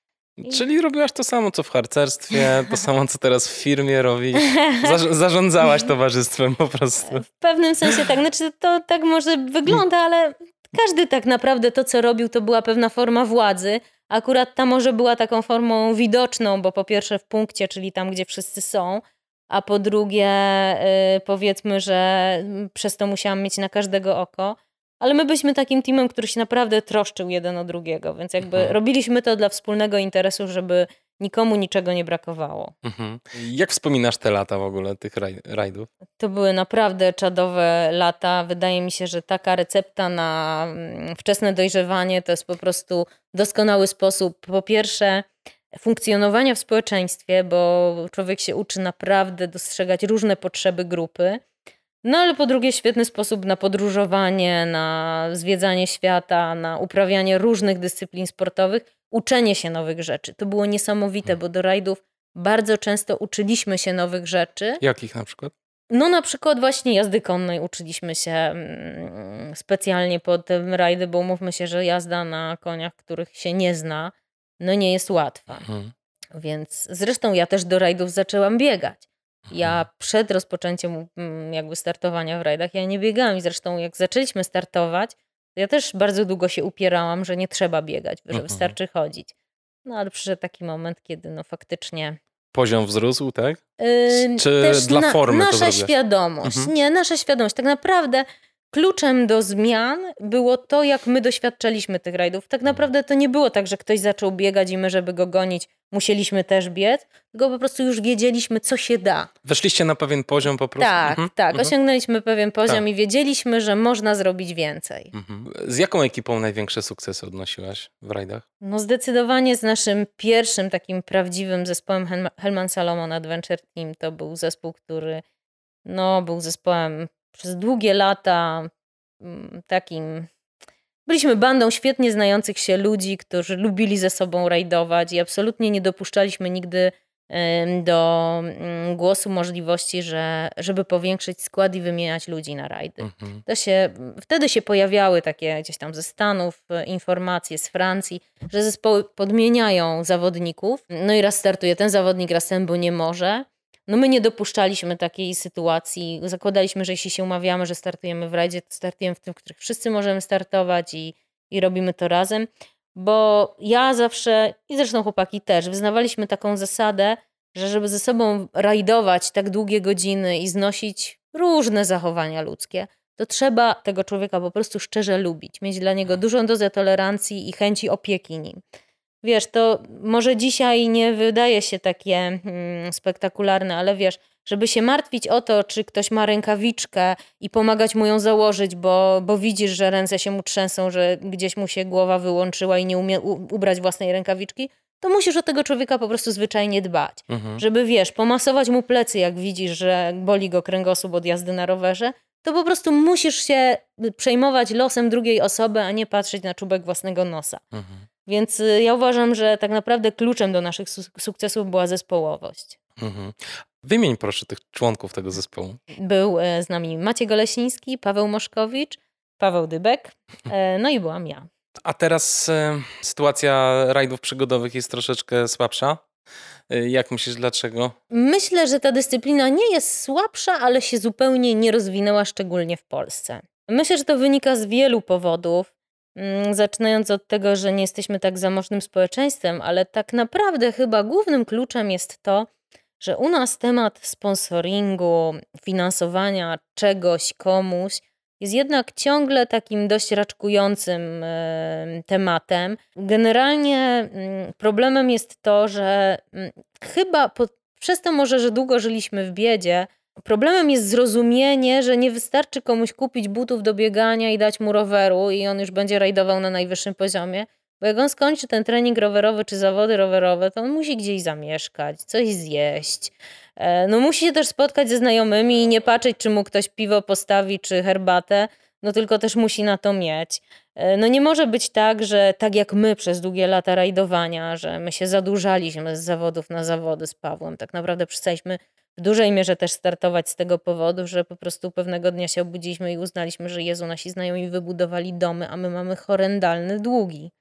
Czyli robiłaś to samo, co w harcerstwie, to samo, co teraz w firmie robisz. Zarządzałaś towarzystwem po prostu. W pewnym sensie tak. Znaczy to tak może wygląda, ale każdy tak naprawdę to, co robił, to była pewna forma władzy. Akurat ta może była taką formą widoczną, bo po pierwsze w punkcie, czyli tam, gdzie wszyscy są, a po drugie powiedzmy, że przez to musiałam mieć na każdego oko. Ale my byliśmy takim teamem, który się naprawdę troszczył jeden o drugiego, więc jakby robiliśmy to dla wspólnego interesu, żeby nikomu niczego nie brakowało. Jak wspominasz te lata w ogóle tych rajdów? To były naprawdę czadowe lata. Wydaje mi się, że taka recepta na wczesne dojrzewanie to jest po prostu doskonały sposób, po pierwsze, funkcjonowania w społeczeństwie, bo człowiek się uczy naprawdę dostrzegać różne potrzeby grupy. No ale po drugie świetny sposób na podróżowanie, na zwiedzanie świata, na uprawianie różnych dyscyplin sportowych, uczenie się nowych rzeczy. To było niesamowite, bo do rajdów bardzo często uczyliśmy się nowych rzeczy. Jakich na przykład? No na przykład właśnie jazdy konnej uczyliśmy się specjalnie pod tym rajdy, bo umówmy się, że jazda na koniach, których się nie zna, no nie jest łatwa. Więc zresztą ja też do rajdów zaczęłam biegać. Ja przed rozpoczęciem jakby startowania w rajdach, ja nie biegałam i zresztą jak zaczęliśmy startować, to ja też bardzo długo się upierałam, że nie trzeba biegać, że wystarczy chodzić. No ale przyszedł taki moment, kiedy no faktycznie... Poziom wzrósł, tak? Czy też dla formy to nasza zrobiłaś? świadomość. Nie, nasza świadomość. Tak naprawdę kluczem do zmian było to, jak my doświadczaliśmy tych rajdów. Tak naprawdę to nie było tak, że ktoś zaczął biegać i my, żeby go gonić, musieliśmy też biec, tylko po prostu już wiedzieliśmy, co się da. Weszliście na pewien poziom po prostu? Tak. Osiągnęliśmy pewien poziom i wiedzieliśmy, że można zrobić więcej. Z jaką ekipą największe sukcesy odnosiłaś w rajdach? No zdecydowanie z naszym pierwszym takim prawdziwym zespołem Hellman Salomon Adventure Team. To był zespół, który był zespołem przez długie lata takim... Byliśmy bandą świetnie znających się ludzi, którzy lubili ze sobą rajdować i absolutnie nie dopuszczaliśmy nigdy do głosu możliwości, żeby powiększyć skład i wymieniać ludzi na rajdy. Wtedy się pojawiały takie gdzieś tam ze Stanów informacje, z Francji, że zespoły podmieniają zawodników. No i raz startuje ten zawodnik, raz ten, bo nie może. No my nie dopuszczaliśmy takiej sytuacji. Zakładaliśmy, że jeśli się umawiamy, że startujemy w rajdzie, to startujemy w tym, w których wszyscy możemy startować i robimy to razem. Bo ja zawsze, i zresztą chłopaki też, wyznawaliśmy taką zasadę, że żeby ze sobą rajdować tak długie godziny i znosić różne zachowania ludzkie, to trzeba tego człowieka po prostu szczerze lubić. Mieć dla niego dużą dozę tolerancji i chęci opieki nim. Wiesz, to może dzisiaj nie wydaje się takie spektakularne, ale wiesz, żeby się martwić o to, czy ktoś ma rękawiczkę i pomagać mu ją założyć, bo widzisz, że ręce się mu trzęsą, że gdzieś mu się głowa wyłączyła i nie umie ubrać własnej rękawiczki, to musisz o tego człowieka po prostu zwyczajnie dbać. Żeby, wiesz, pomasować mu plecy, jak widzisz, że boli go kręgosłup od jazdy na rowerze, to po prostu musisz się przejmować losem drugiej osoby, a nie patrzeć na czubek własnego nosa. Więc ja uważam, że tak naprawdę kluczem do naszych sukcesów była zespołowość. Wymień proszę tych członków tego zespołu. Był z nami Maciej Golesiński, Paweł Moszkowicz, Paweł Dybek, no i byłam ja. A teraz sytuacja rajdów przygodowych jest troszeczkę słabsza. Jak myślisz, dlaczego? Myślę, że ta dyscyplina nie jest słabsza, ale się zupełnie nie rozwinęła, szczególnie w Polsce. Myślę, że to wynika z wielu powodów. Zaczynając od tego, że nie jesteśmy tak zamożnym społeczeństwem, ale tak naprawdę chyba głównym kluczem jest to, że u nas temat sponsoringu, finansowania czegoś komuś jest jednak ciągle takim dość raczkującym tematem. Generalnie problemem jest to, że chyba przez to może, że długo żyliśmy w biedzie, problemem jest zrozumienie, że nie wystarczy komuś kupić butów do biegania i dać mu roweru i on już będzie rajdował na najwyższym poziomie, bo jak on skończy ten trening rowerowy czy zawody rowerowe, to on musi gdzieś zamieszkać, coś zjeść. No musi się też spotkać ze znajomymi i nie patrzeć, czy mu ktoś piwo postawi, czy herbatę, no tylko też musi na to mieć. No nie może być tak, że tak jak my przez długie lata rajdowania, że my się zadłużaliśmy z zawodów na zawody z Pawłem. Tak naprawdę przestaliśmy w dużej mierze też startować z tego powodu, że po prostu pewnego dnia się obudziliśmy i uznaliśmy, że Jezu, nasi znajomi wybudowali domy, a my mamy horrendalne długi.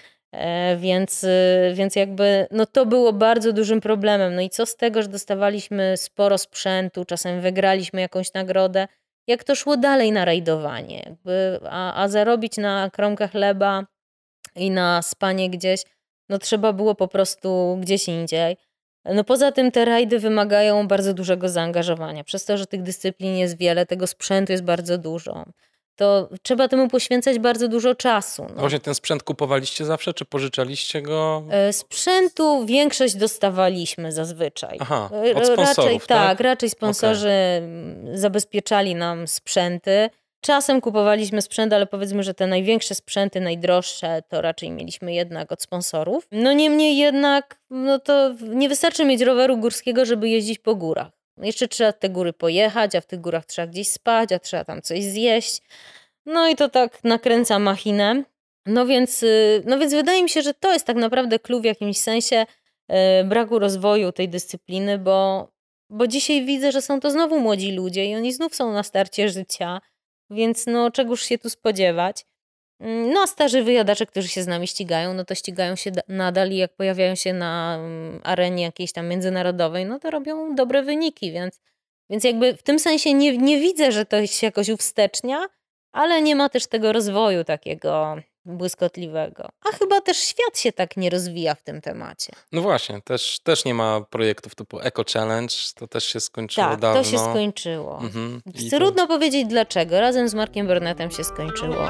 Więc jakby no to było bardzo dużym problemem. No i co z tego, że dostawaliśmy sporo sprzętu, czasem wygraliśmy jakąś nagrodę, jak to szło dalej na rajdowanie. A zarobić na kromkę chleba i na spanie gdzieś, no trzeba było po prostu gdzieś indziej. No poza tym te rajdy wymagają bardzo dużego zaangażowania. Przez to, że tych dyscyplin jest wiele, tego sprzętu jest bardzo dużo. To trzeba temu poświęcać bardzo dużo czasu. No właśnie ten sprzęt kupowaliście zawsze, czy pożyczaliście go? Sprzętu większość dostawaliśmy zazwyczaj. Aha, od sponsorów, tak? Raczej sponsorzy zabezpieczali nam sprzęty. Czasem kupowaliśmy sprzęt, ale powiedzmy, że te największe sprzęty, najdroższe, to raczej mieliśmy jednak od sponsorów. No niemniej jednak, no to nie wystarczy mieć roweru górskiego, żeby jeździć po górach. Jeszcze trzeba te góry pojechać, a w tych górach trzeba gdzieś spać, a trzeba tam coś zjeść. No i to tak nakręca machinę. No więc wydaje mi się, że to jest tak naprawdę clue w jakimś sensie braku rozwoju tej dyscypliny, bo dzisiaj widzę, że są to znowu młodzi ludzie i oni znów są na starcie życia, więc no czegoż się tu spodziewać. No a starzy wyjadacze, którzy się z nami ścigają, no to ścigają się nadal i jak pojawiają się na arenie jakiejś tam międzynarodowej, no to robią dobre wyniki, więc jakby w tym sensie nie widzę, że to się jakoś uwstecznia, ale nie ma też tego rozwoju takiego błyskotliwego. A chyba też świat się tak nie rozwija w tym temacie. No właśnie, też nie ma projektów typu Eco Challenge, to też się skończyło dawno. Tak, to się skończyło. Trudno powiedzieć dlaczego. Razem z Markiem Burnettem się skończyło.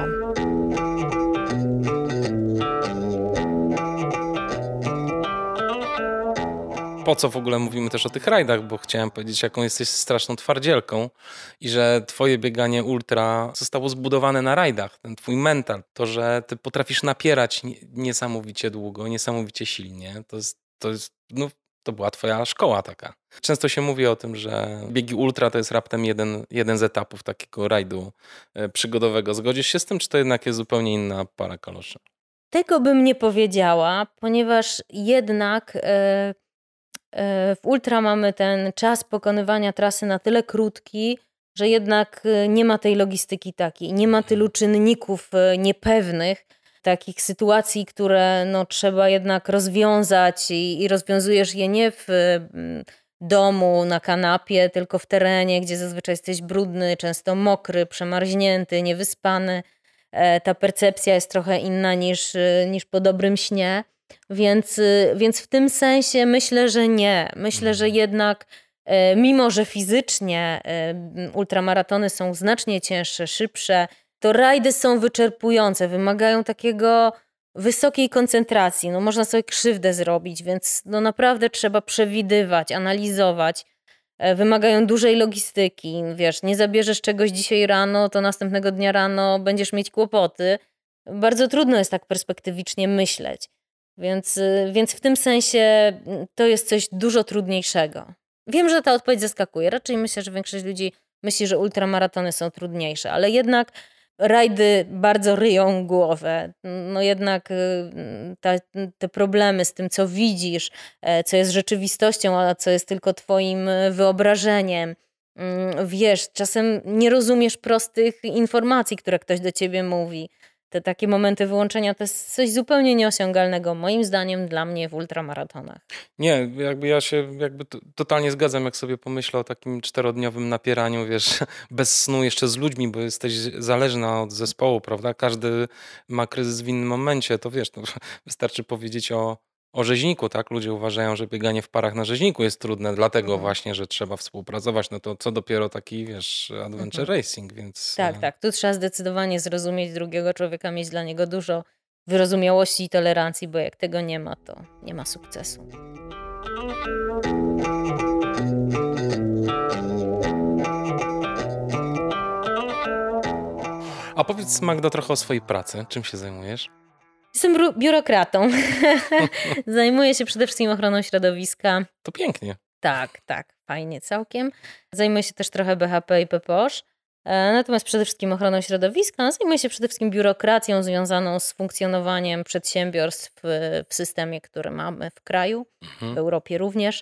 Po co w ogóle mówimy też o tych rajdach, bo chciałem powiedzieć, jaką jesteś straszną twardzielką i że twoje bieganie ultra zostało zbudowane na rajdach. Ten twój mental, to, że ty potrafisz napierać niesamowicie długo, niesamowicie silnie, to była twoja szkoła taka. Często się mówi o tym, że biegi ultra to jest raptem jeden z etapów takiego rajdu przygodowego. Zgodzisz się z tym, czy to jednak jest zupełnie inna para kaloszy? Tego bym nie powiedziała, ponieważ jednak w ultra mamy ten czas pokonywania trasy na tyle krótki, że jednak nie ma tej logistyki takiej, nie ma tylu czynników niepewnych, takich sytuacji, które no, trzeba jednak rozwiązać i rozwiązujesz je nie w domu, na kanapie, tylko w terenie, gdzie zazwyczaj jesteś brudny, często mokry, przemarznięty, niewyspany. Ta percepcja jest trochę inna niż po dobrym śnie. Więc w tym sensie myślę, że nie. Myślę, że jednak mimo, że fizycznie ultramaratony są znacznie cięższe, szybsze, to rajdy są wyczerpujące, wymagają takiego wysokiej koncentracji. No, można sobie krzywdę zrobić, więc no, naprawdę trzeba przewidywać, analizować. Wymagają dużej logistyki. Wiesz, nie zabierzesz czegoś dzisiaj rano, to następnego dnia rano będziesz mieć kłopoty. Bardzo trudno jest tak perspektywicznie myśleć. Więc w tym sensie to jest coś dużo trudniejszego. Wiem, że ta odpowiedź zaskakuje. Raczej myślę, że większość ludzi myśli, że ultramaratony są trudniejsze, ale jednak rajdy bardzo ryją głowę. No jednak te problemy z tym, co widzisz, co jest rzeczywistością, a co jest tylko twoim wyobrażeniem. Wiesz, czasem nie rozumiesz prostych informacji, które ktoś do ciebie mówi. Te takie momenty wyłączenia to jest coś zupełnie nieosiągalnego, moim zdaniem, dla mnie w ultramaratonach. Nie, ja się totalnie zgadzam, jak sobie pomyślę o takim 4-dniowym napieraniu, wiesz, bez snu jeszcze z ludźmi, bo jesteś zależna od zespołu, prawda? Każdy ma kryzys w innym momencie, to wiesz, wystarczy powiedzieć o rzeźniku, tak? Ludzie uważają, że bieganie w parach na rzeźniku jest trudne, dlatego właśnie, że trzeba współpracować, no to co dopiero taki, wiesz, adventure racing, więc... Tak, tu trzeba zdecydowanie zrozumieć drugiego człowieka, mieć dla niego dużo wyrozumiałości i tolerancji, bo jak tego nie ma, to nie ma sukcesu. A powiedz, Magda, trochę o swojej pracy. Czym się zajmujesz? Jestem biurokratą. Zajmuję się przede wszystkim ochroną środowiska. To pięknie. Tak, fajnie całkiem. Zajmuję się też trochę BHP i PPOSZ. Natomiast przede wszystkim ochroną środowiska, zajmuję się przede wszystkim biurokracją związaną z funkcjonowaniem przedsiębiorstw w systemie, który mamy w kraju, w Europie również.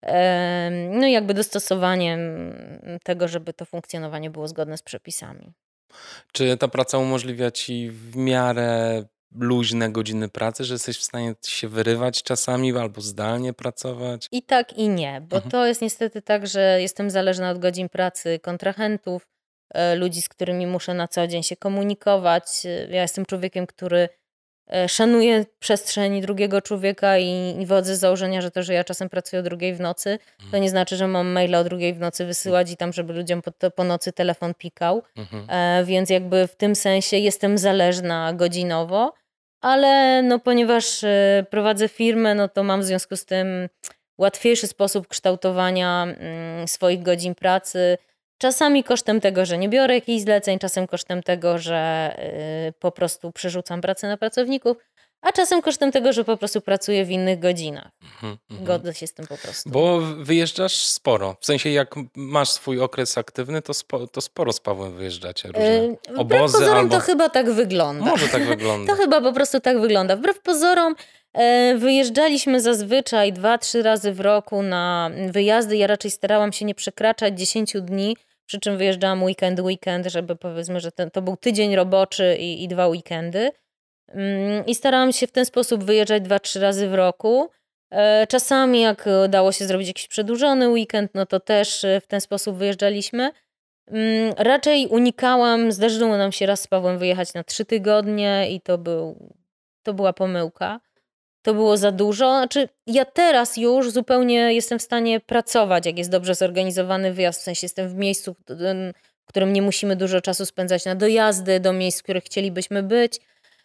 No i jakby dostosowaniem tego, żeby to funkcjonowanie było zgodne z przepisami. Czy ta praca umożliwia ci w miarę luźne godziny pracy, że jesteś w stanie się wyrywać czasami albo zdalnie pracować? I tak, i nie, bo to jest niestety tak, że jestem zależna od godzin pracy kontrahentów, ludzi, z którymi muszę na co dzień się komunikować. Ja jestem człowiekiem, który szanuje przestrzeń drugiego człowieka i wychodzę z założenia, że to, że ja czasem pracuję o 2:00 w nocy, to nie znaczy, że mam maila o 2:00 w nocy wysyłać i tam, żeby ludziom po nocy telefon pikał. Więc jakby w tym sensie jestem zależna godzinowo, ale no ponieważ prowadzę firmę, no to mam w związku z tym łatwiejszy sposób kształtowania swoich godzin pracy. Czasami kosztem tego, że nie biorę jakichś zleceń, czasem kosztem tego, że po prostu przerzucam pracę na pracowników, a czasem kosztem tego, że po prostu pracuję w innych godzinach. Godzę się z tym po prostu. Bo wyjeżdżasz sporo. W sensie jak masz swój okres aktywny, to sporo z Pawłem wyjeżdżacie. Różne Wbrew obozy pozorom albo... to chyba tak wygląda. Może tak wygląda. To chyba po prostu tak wygląda. Wbrew pozorom wyjeżdżaliśmy zazwyczaj 2-3 razy w roku na wyjazdy. Ja raczej starałam się nie przekraczać 10 dni, przy czym wyjeżdżałam weekend, żeby powiedzmy, że to był tydzień roboczy i 2 weekendy. I starałam się w ten sposób wyjeżdżać 2-3 razy w roku. Czasami jak udało się zrobić jakiś przedłużony weekend, no to też w ten sposób wyjeżdżaliśmy. Raczej unikałam, zdarzyło nam się raz z Pawłem wyjechać na 3 tygodnie i to była pomyłka. To było za dużo. Znaczy, ja teraz już zupełnie jestem w stanie pracować, jak jest dobrze zorganizowany wyjazd. W sensie jestem w miejscu, w którym nie musimy dużo czasu spędzać na dojazdy do miejsc, w których chcielibyśmy być.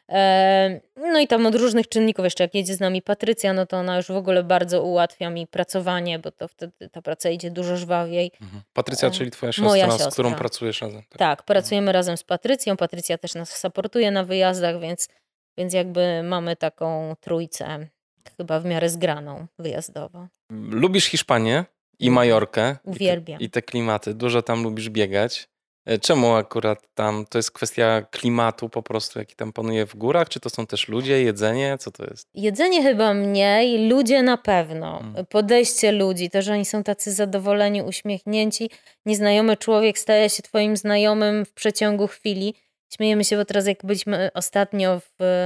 No i tam od różnych czynników, jeszcze jak jedzie z nami Patrycja, no to ona już w ogóle bardzo ułatwia mi pracowanie, bo to wtedy ta praca idzie dużo żwawiej. Patrycja, czyli twoja Moja siostra, z którą siostra. pracujesz razem. Tak, pracujemy razem z Patrycją. Patrycja też nas supportuje na wyjazdach, więc jakby mamy taką trójcę chyba w miarę zgraną wyjazdowo. Lubisz Hiszpanię i Majorkę. Uwielbiam. I te klimaty. Dużo tam lubisz biegać. Czemu akurat tam? To jest kwestia klimatu po prostu, jaki tam panuje w górach? Czy to są też ludzie, jedzenie? Co to jest? Jedzenie chyba mniej, ludzie na pewno. Podejście ludzi, to, że oni są tacy zadowoleni, uśmiechnięci. Nieznajomy człowiek staje się twoim znajomym w przeciągu chwili. Śmiejemy się, bo teraz jak byliśmy ostatnio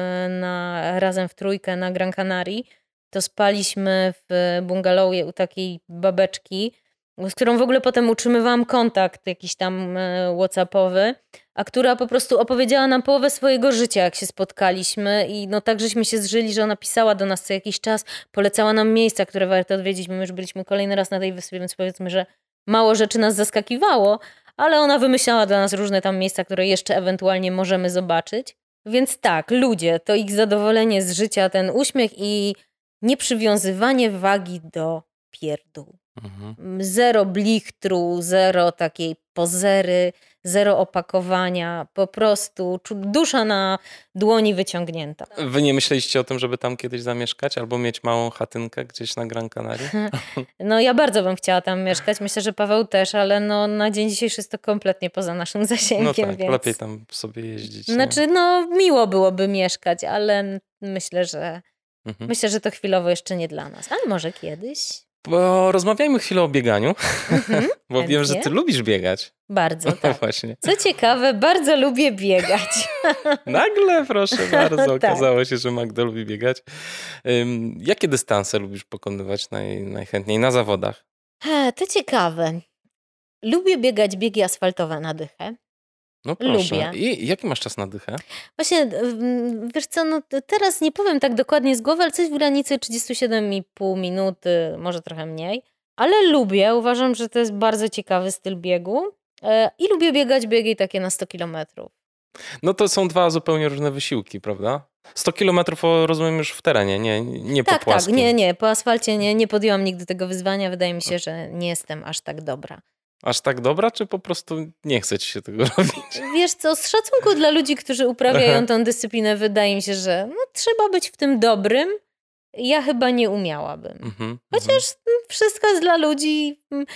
razem w trójkę na Gran Canarii, to spaliśmy w bungalowie u takiej babeczki, z którą w ogóle potem utrzymywałam kontakt jakiś tam WhatsAppowy, a która po prostu opowiedziała nam połowę swojego życia, jak się spotkaliśmy i no tak żeśmy się zżyli, że ona pisała do nas co jakiś czas, polecała nam miejsca, które warto odwiedzić. My już byliśmy kolejny raz na tej wyspie, więc powiedzmy, że mało rzeczy nas zaskakiwało, ale ona wymyślała dla nas różne tam miejsca, które jeszcze ewentualnie możemy zobaczyć. Więc tak, ludzie, to ich zadowolenie z życia, ten uśmiech i nieprzywiązywanie wagi do pierdół. Zero blichtru, zero takiej pozery, zero opakowania, po prostu dusza na dłoni wyciągnięta. Wy nie myśleliście o tym, żeby tam kiedyś zamieszkać albo mieć małą chatynkę gdzieś na Gran Canaria? No ja bardzo bym chciała tam mieszkać, myślę, że Paweł też, ale no na dzień dzisiejszy jest to kompletnie poza naszym zasięgiem. No tak, więc... lepiej tam sobie jeździć. Znaczy, no miło byłoby mieszkać, ale myślę, że to chwilowo jeszcze nie dla nas, ale może kiedyś. Rozmawiajmy chwilę o bieganiu, bo wiem, że ty lubisz biegać. Bardzo, tak. Właśnie. Co ciekawe, bardzo lubię biegać. Nagle, proszę bardzo, Tak. okazało się, że Magda lubi biegać. Jakie dystanse lubisz pokonywać najchętniej na zawodach? To ciekawe. Lubię biegać biegi asfaltowe na dychę. No proszę. Lubię. I jaki masz czas na dychę? Właśnie, wiesz co, no teraz nie powiem tak dokładnie z głowy, ale coś w granicy 37,5 minuty, może trochę mniej. Ale lubię, uważam, że to jest bardzo ciekawy styl biegu. I lubię biegać biegi takie na 100 kilometrów. No to są dwa zupełnie różne wysiłki, prawda? 100 kilometrów rozumiem już w terenie, nie po płaskim. Tak, nie, po asfalcie nie podjęłam nigdy tego wyzwania. Wydaje mi się, że nie jestem aż tak dobra. Aż tak dobra, czy po prostu nie chce ci się tego robić? Wiesz co, z szacunku dla ludzi, którzy uprawiają tą dyscyplinę, wydaje mi się, że trzeba być w tym dobrym. Ja chyba nie umiałabym. Chociaż wszystko jest dla ludzi.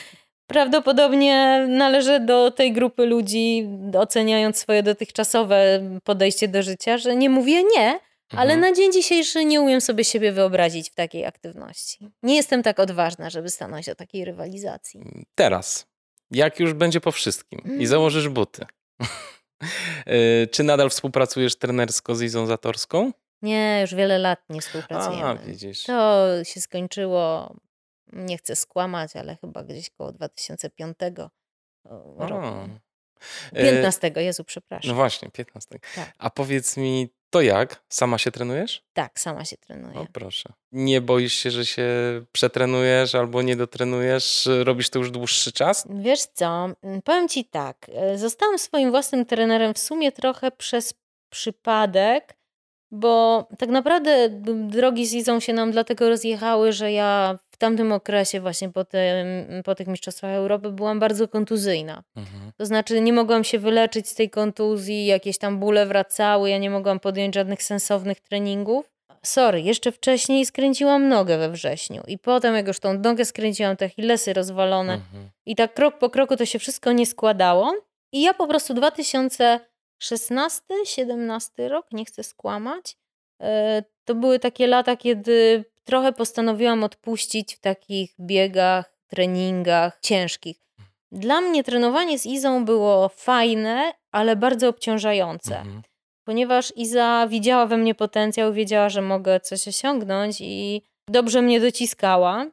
Prawdopodobnie należę do tej grupy ludzi, oceniając swoje dotychczasowe podejście do życia, że nie mówię nie, ale Mhm. na dzień dzisiejszy nie umiem sobie siebie wyobrazić w takiej aktywności. Nie jestem tak odważna, żeby stanąć do takiej rywalizacji. Teraz, jak już będzie po wszystkim i założysz buty, czy nadal współpracujesz trenersko z Izą Zatorską? Nie, już wiele lat nie współpracujemy. Widzisz. To się skończyło, nie chcę skłamać, ale chyba gdzieś koło 2005 roku. A. 15, Jezu, No przepraszam. właśnie, 15. Tak. A powiedz mi, to jak? Sama się trenujesz? Tak, sama się trenuję. O proszę. Nie boisz się, że się przetrenujesz albo nie dotrenujesz? Robisz to już dłuższy czas? Wiesz co, powiem ci tak, zostałam swoim własnym trenerem w sumie trochę przez przypadek, bo tak naprawdę drogi z Izą się nam dlatego rozjechały, że ja w tamtym okresie właśnie po tych Mistrzostwach Europy byłam bardzo kontuzyjna. Mhm. To znaczy nie mogłam się wyleczyć z tej kontuzji, jakieś tam bóle wracały, ja nie mogłam podjąć żadnych sensownych treningów. Sorry, jeszcze wcześniej skręciłam nogę we wrześniu i potem jak już tą nogę skręciłam, te achillesy rozwalone Mhm. i tak krok po kroku to się wszystko nie składało i ja po prostu 2016-17 rok, nie chcę skłamać, to były takie lata, kiedy trochę postanowiłam odpuścić w takich biegach, treningach ciężkich. Dla mnie trenowanie z Izą było fajne, ale bardzo obciążające. Mhm. Ponieważ Iza widziała we mnie potencjał, wiedziała, że mogę coś osiągnąć i dobrze mnie dociskała.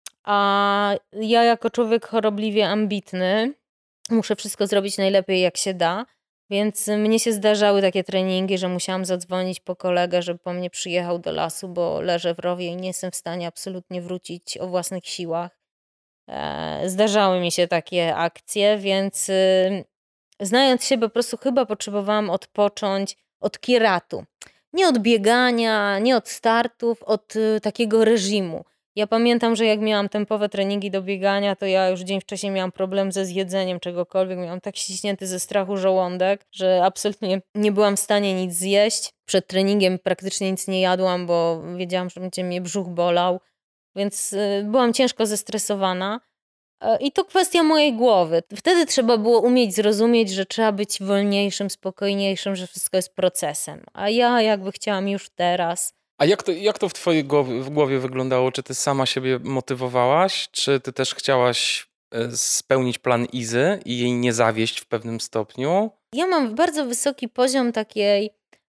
A ja jako człowiek chorobliwie ambitny muszę wszystko zrobić najlepiej jak się da. Więc mnie się zdarzały takie treningi, że musiałam zadzwonić po kolegę, żeby po mnie przyjechał do lasu, bo leżę w rowie i nie jestem w stanie absolutnie wrócić o własnych siłach. Zdarzały mi się takie akcje, więc znając się po prostu chyba potrzebowałam odpocząć od kieratu. Nie od biegania, nie od startów, od takiego reżimu. Ja pamiętam, że jak miałam tempowe treningi do biegania, to ja już dzień wcześniej miałam problem ze zjedzeniem czegokolwiek. Miałam tak ściśnięty ze strachu żołądek, że absolutnie nie byłam w stanie nic zjeść. Przed treningiem praktycznie nic nie jadłam, bo wiedziałam, że będzie mnie brzuch bolał. Więc byłam ciężko zestresowana. I to kwestia mojej głowy. Wtedy trzeba było umieć zrozumieć, że trzeba być wolniejszym, spokojniejszym, że wszystko jest procesem. A ja jakby chciałam już teraz. A jak to w twojej głowie wyglądało? Czy ty sama siebie motywowałaś? Czy ty też chciałaś spełnić plan Izy i jej nie zawieść w pewnym stopniu? Ja mam bardzo wysoki poziom takiej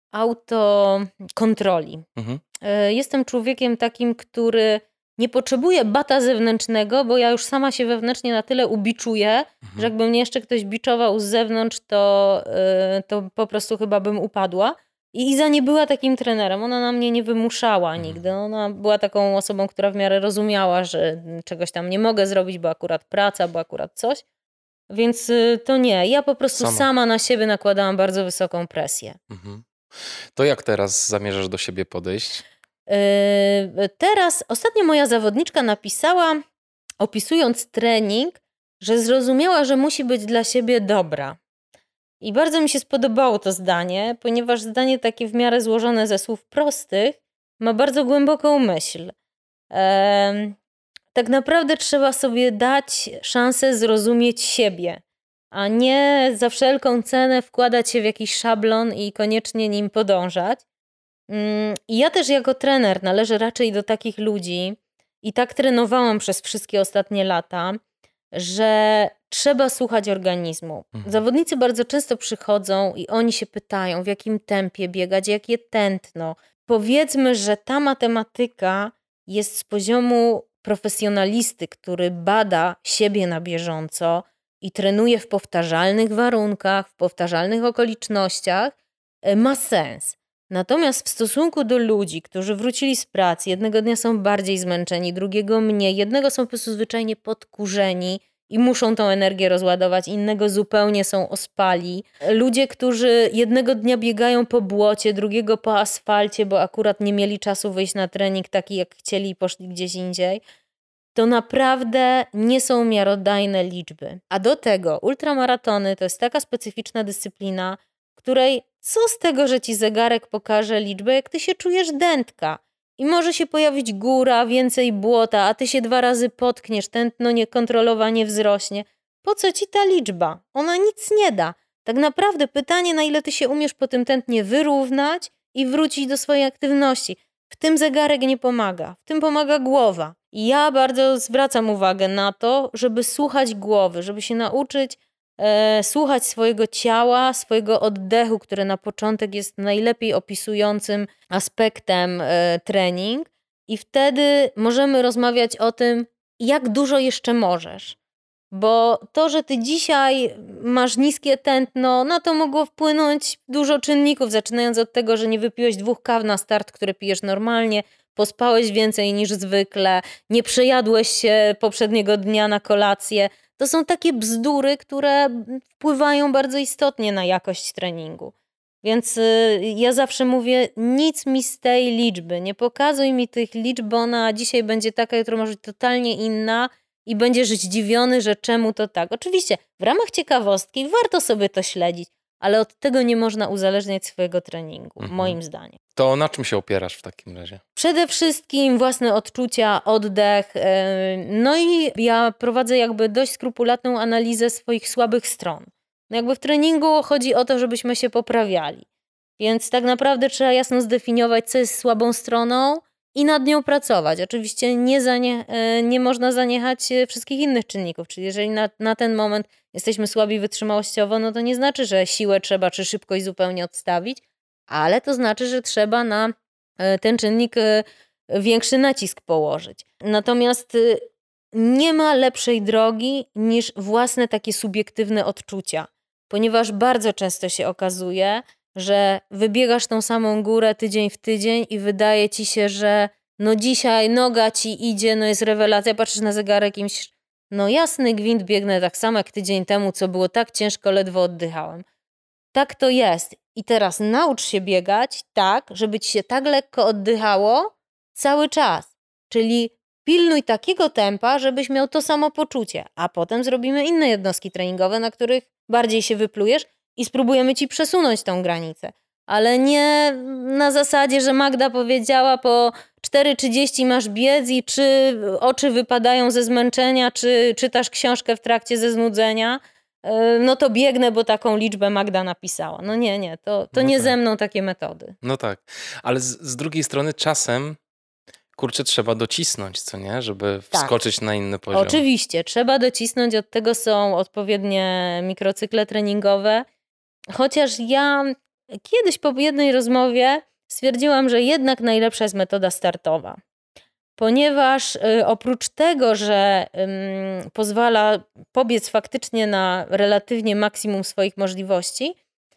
autokontroli. Mhm. Jestem człowiekiem takim, który nie potrzebuje bata zewnętrznego, bo ja już sama się wewnętrznie na tyle ubiczuję, że jakby mnie jeszcze ktoś biczował z zewnątrz, to po prostu chyba bym upadła. I Iza nie była takim trenerem, ona na mnie nie wymuszała nigdy. Ona była taką osobą, która w miarę rozumiała, że czegoś tam nie mogę zrobić, bo akurat praca, bo akurat coś. Więc to nie, ja po prostu sama na siebie nakładałam bardzo wysoką presję. Mhm. To jak teraz zamierzasz do siebie podejść? Teraz ostatnio moja zawodniczka napisała, opisując trening, że zrozumiała, że musi być dla siebie dobra. I bardzo mi się spodobało to zdanie, ponieważ zdanie takie w miarę złożone ze słów prostych ma bardzo głęboką myśl. Tak naprawdę trzeba sobie dać szansę zrozumieć siebie, a nie za wszelką cenę wkładać się w jakiś szablon i koniecznie nim podążać. I ja też jako trener należę raczej do takich ludzi i tak trenowałam przez wszystkie ostatnie lata, że trzeba słuchać organizmu. Zawodnicy bardzo często przychodzą i oni się pytają, w jakim tempie biegać, jakie tętno. Powiedzmy, że ta matematyka jest z poziomu profesjonalisty, który bada siebie na bieżąco i trenuje w powtarzalnych warunkach, w powtarzalnych okolicznościach, ma sens. Natomiast w stosunku do ludzi, którzy wrócili z pracy, jednego dnia są bardziej zmęczeni, drugiego mniej, jednego są po prostu zwyczajnie podkurzeni i muszą tą energię rozładować, innego zupełnie są ospali. Ludzie, którzy jednego dnia biegają po błocie, drugiego po asfalcie, bo akurat nie mieli czasu wyjść na trening taki jak chcieli i poszli gdzieś indziej, to naprawdę nie są miarodajne liczby. A do tego ultramaratony to jest taka specyficzna dyscyplina, której co z tego, że ci zegarek pokaże liczbę, jak ty się czujesz dętka. i może się pojawić góra, więcej błota, a ty się 2 razy potkniesz, tętno niekontrolowanie wzrośnie. Po co ci ta liczba? Ona nic nie da. Tak naprawdę pytanie, na ile ty się umiesz po tym tętnie wyrównać i wrócić do swojej aktywności. W tym zegarek nie pomaga, w tym pomaga głowa. I ja bardzo zwracam uwagę na to, żeby słuchać głowy, żeby się nauczyć słuchać swojego ciała, swojego oddechu, który na początek jest najlepiej opisującym aspektem trening i wtedy możemy rozmawiać o tym, jak dużo jeszcze możesz. Bo to, że ty dzisiaj masz niskie tętno, na to mogło wpłynąć dużo czynników, zaczynając od tego, że nie wypiłeś 2 kaw na start, które pijesz normalnie, pospałeś więcej niż zwykle, nie przejadłeś się poprzedniego dnia na kolację. To są takie bzdury, które wpływają bardzo istotnie na jakość treningu. Więc ja zawsze mówię, nic mi z tej liczby, nie pokazuj mi tych liczb, bo ona dzisiaj będzie taka, jutro może być totalnie inna i będziesz zdziwiony, że czemu to tak. Oczywiście w ramach ciekawostki warto sobie to śledzić, ale od tego nie można uzależniać swojego treningu, moim zdaniem. To na czym się opierasz w takim razie? Przede wszystkim własne odczucia, oddech. No i ja prowadzę jakby dość skrupulatną analizę swoich słabych stron. No jakby w treningu chodzi o to, żebyśmy się poprawiali. Więc tak naprawdę trzeba jasno zdefiniować, co jest słabą stroną i nad nią pracować. Oczywiście nie można zaniechać wszystkich innych czynników. Czyli jeżeli na ten moment jesteśmy słabi wytrzymałościowo, no to nie znaczy, że siłę trzeba czy szybkość zupełnie odstawić, ale to znaczy, że trzeba na ten czynnik większy nacisk położyć. Natomiast nie ma lepszej drogi niż własne takie subiektywne odczucia, ponieważ bardzo często się okazuje, że wybiegasz tą samą górę tydzień w tydzień i wydaje ci się, że no dzisiaj noga ci idzie, no jest rewelacja, patrzysz na zegarek i myślisz, no jasny gwint, biegnę tak samo jak tydzień temu, co było tak ciężko, ledwo oddychałem. Tak to jest. I teraz naucz się biegać tak, żeby ci się tak lekko oddychało cały czas. Czyli pilnuj takiego tempa, żebyś miał to samo poczucie, a potem zrobimy inne jednostki treningowe, na których bardziej się wyplujesz i spróbujemy ci przesunąć tą granicę. Ale nie na zasadzie, że Magda powiedziała po 4:30 masz biec i czy oczy wypadają ze zmęczenia, czy czytasz książkę w trakcie ze znudzenia, no to biegnę, bo taką liczbę Magda napisała. No nie, to No nie tak. ze mną takie metody. No tak, ale z drugiej strony czasem, kurczę, trzeba docisnąć, co nie? Żeby Tak. wskoczyć na inny poziom. Oczywiście, trzeba docisnąć, od tego są odpowiednie mikrocykle treningowe. Chociaż ja kiedyś po jednej rozmowie stwierdziłam, że jednak najlepsza jest metoda startowa. Ponieważ oprócz tego, że pozwala pobiec faktycznie na relatywnie maksimum swoich możliwości,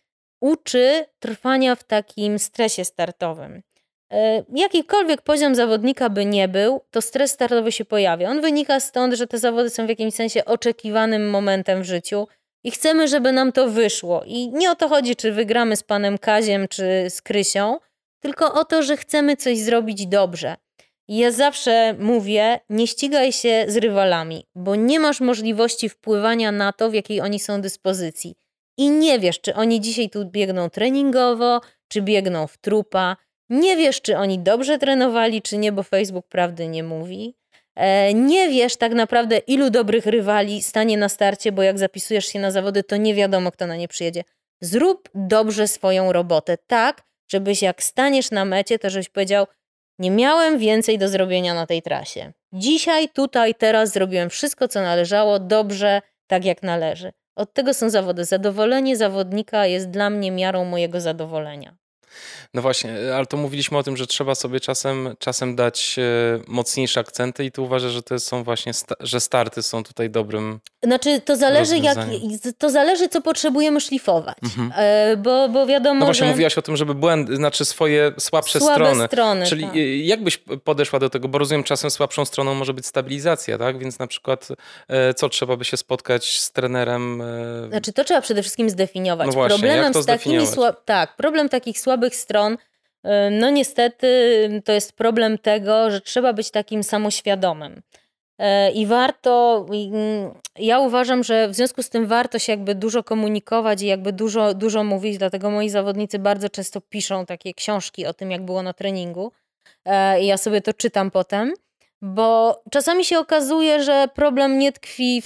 uczy trwania w takim stresie startowym. Jakikolwiek poziom zawodnika by nie był, to stres startowy się pojawia. On wynika stąd, że te zawody są w jakimś sensie oczekiwanym momentem w życiu i chcemy, żeby nam to wyszło. I nie o to chodzi, czy wygramy z panem Kaziem, czy z Krysią, tylko o to, że chcemy coś zrobić dobrze. I ja zawsze mówię, nie ścigaj się z rywalami, bo nie masz możliwości wpływania na to, w jakiej oni są dyspozycji. I nie wiesz, czy oni dzisiaj tu biegną treningowo, czy biegną w trupa. Nie wiesz, czy oni dobrze trenowali, czy nie, bo Facebook prawdy nie mówi. Nie wiesz tak naprawdę, ilu dobrych rywali stanie na starcie, bo jak zapisujesz się na zawody, to nie wiadomo, kto na nie przyjedzie. Zrób dobrze swoją robotę tak, żebyś jak staniesz na mecie, to żebyś powiedział, nie miałem więcej do zrobienia na tej trasie. Dzisiaj, tutaj, teraz zrobiłem wszystko, co należało, dobrze, tak jak należy. Od tego są zawody. Zadowolenie zawodnika jest dla mnie miarą mojego zadowolenia. No właśnie, ale to mówiliśmy o tym, że trzeba sobie czasem dać mocniejsze akcenty i tu uważasz, że to są właśnie, że starty są tutaj dobrym Znaczy, to zależy, co potrzebujemy szlifować. Bo wiadomo, No właśnie, że mówiłaś o tym, żeby swoje słabsze słabe strony. Czyli tak. jak byś podeszła do tego? Bo rozumiem, czasem słabszą stroną może być stabilizacja, tak? Więc na przykład co, trzeba by się spotkać z trenerem? Znaczy, to trzeba przede wszystkim zdefiniować. No właśnie, Problemem jak to z takimi problem takich słabych stron, no niestety to jest problem tego, że trzeba być takim samoświadomym. I ja uważam, że w związku z tym warto się jakby dużo komunikować i jakby dużo mówić, dlatego moi zawodnicy bardzo często piszą takie książki o tym, jak było na treningu, i ja sobie to czytam potem, bo czasami się okazuje, że problem nie tkwi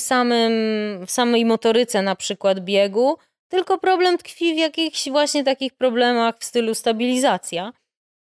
w samej motoryce na przykład biegu, tylko problem tkwi w jakichś właśnie takich problemach w stylu stabilizacja.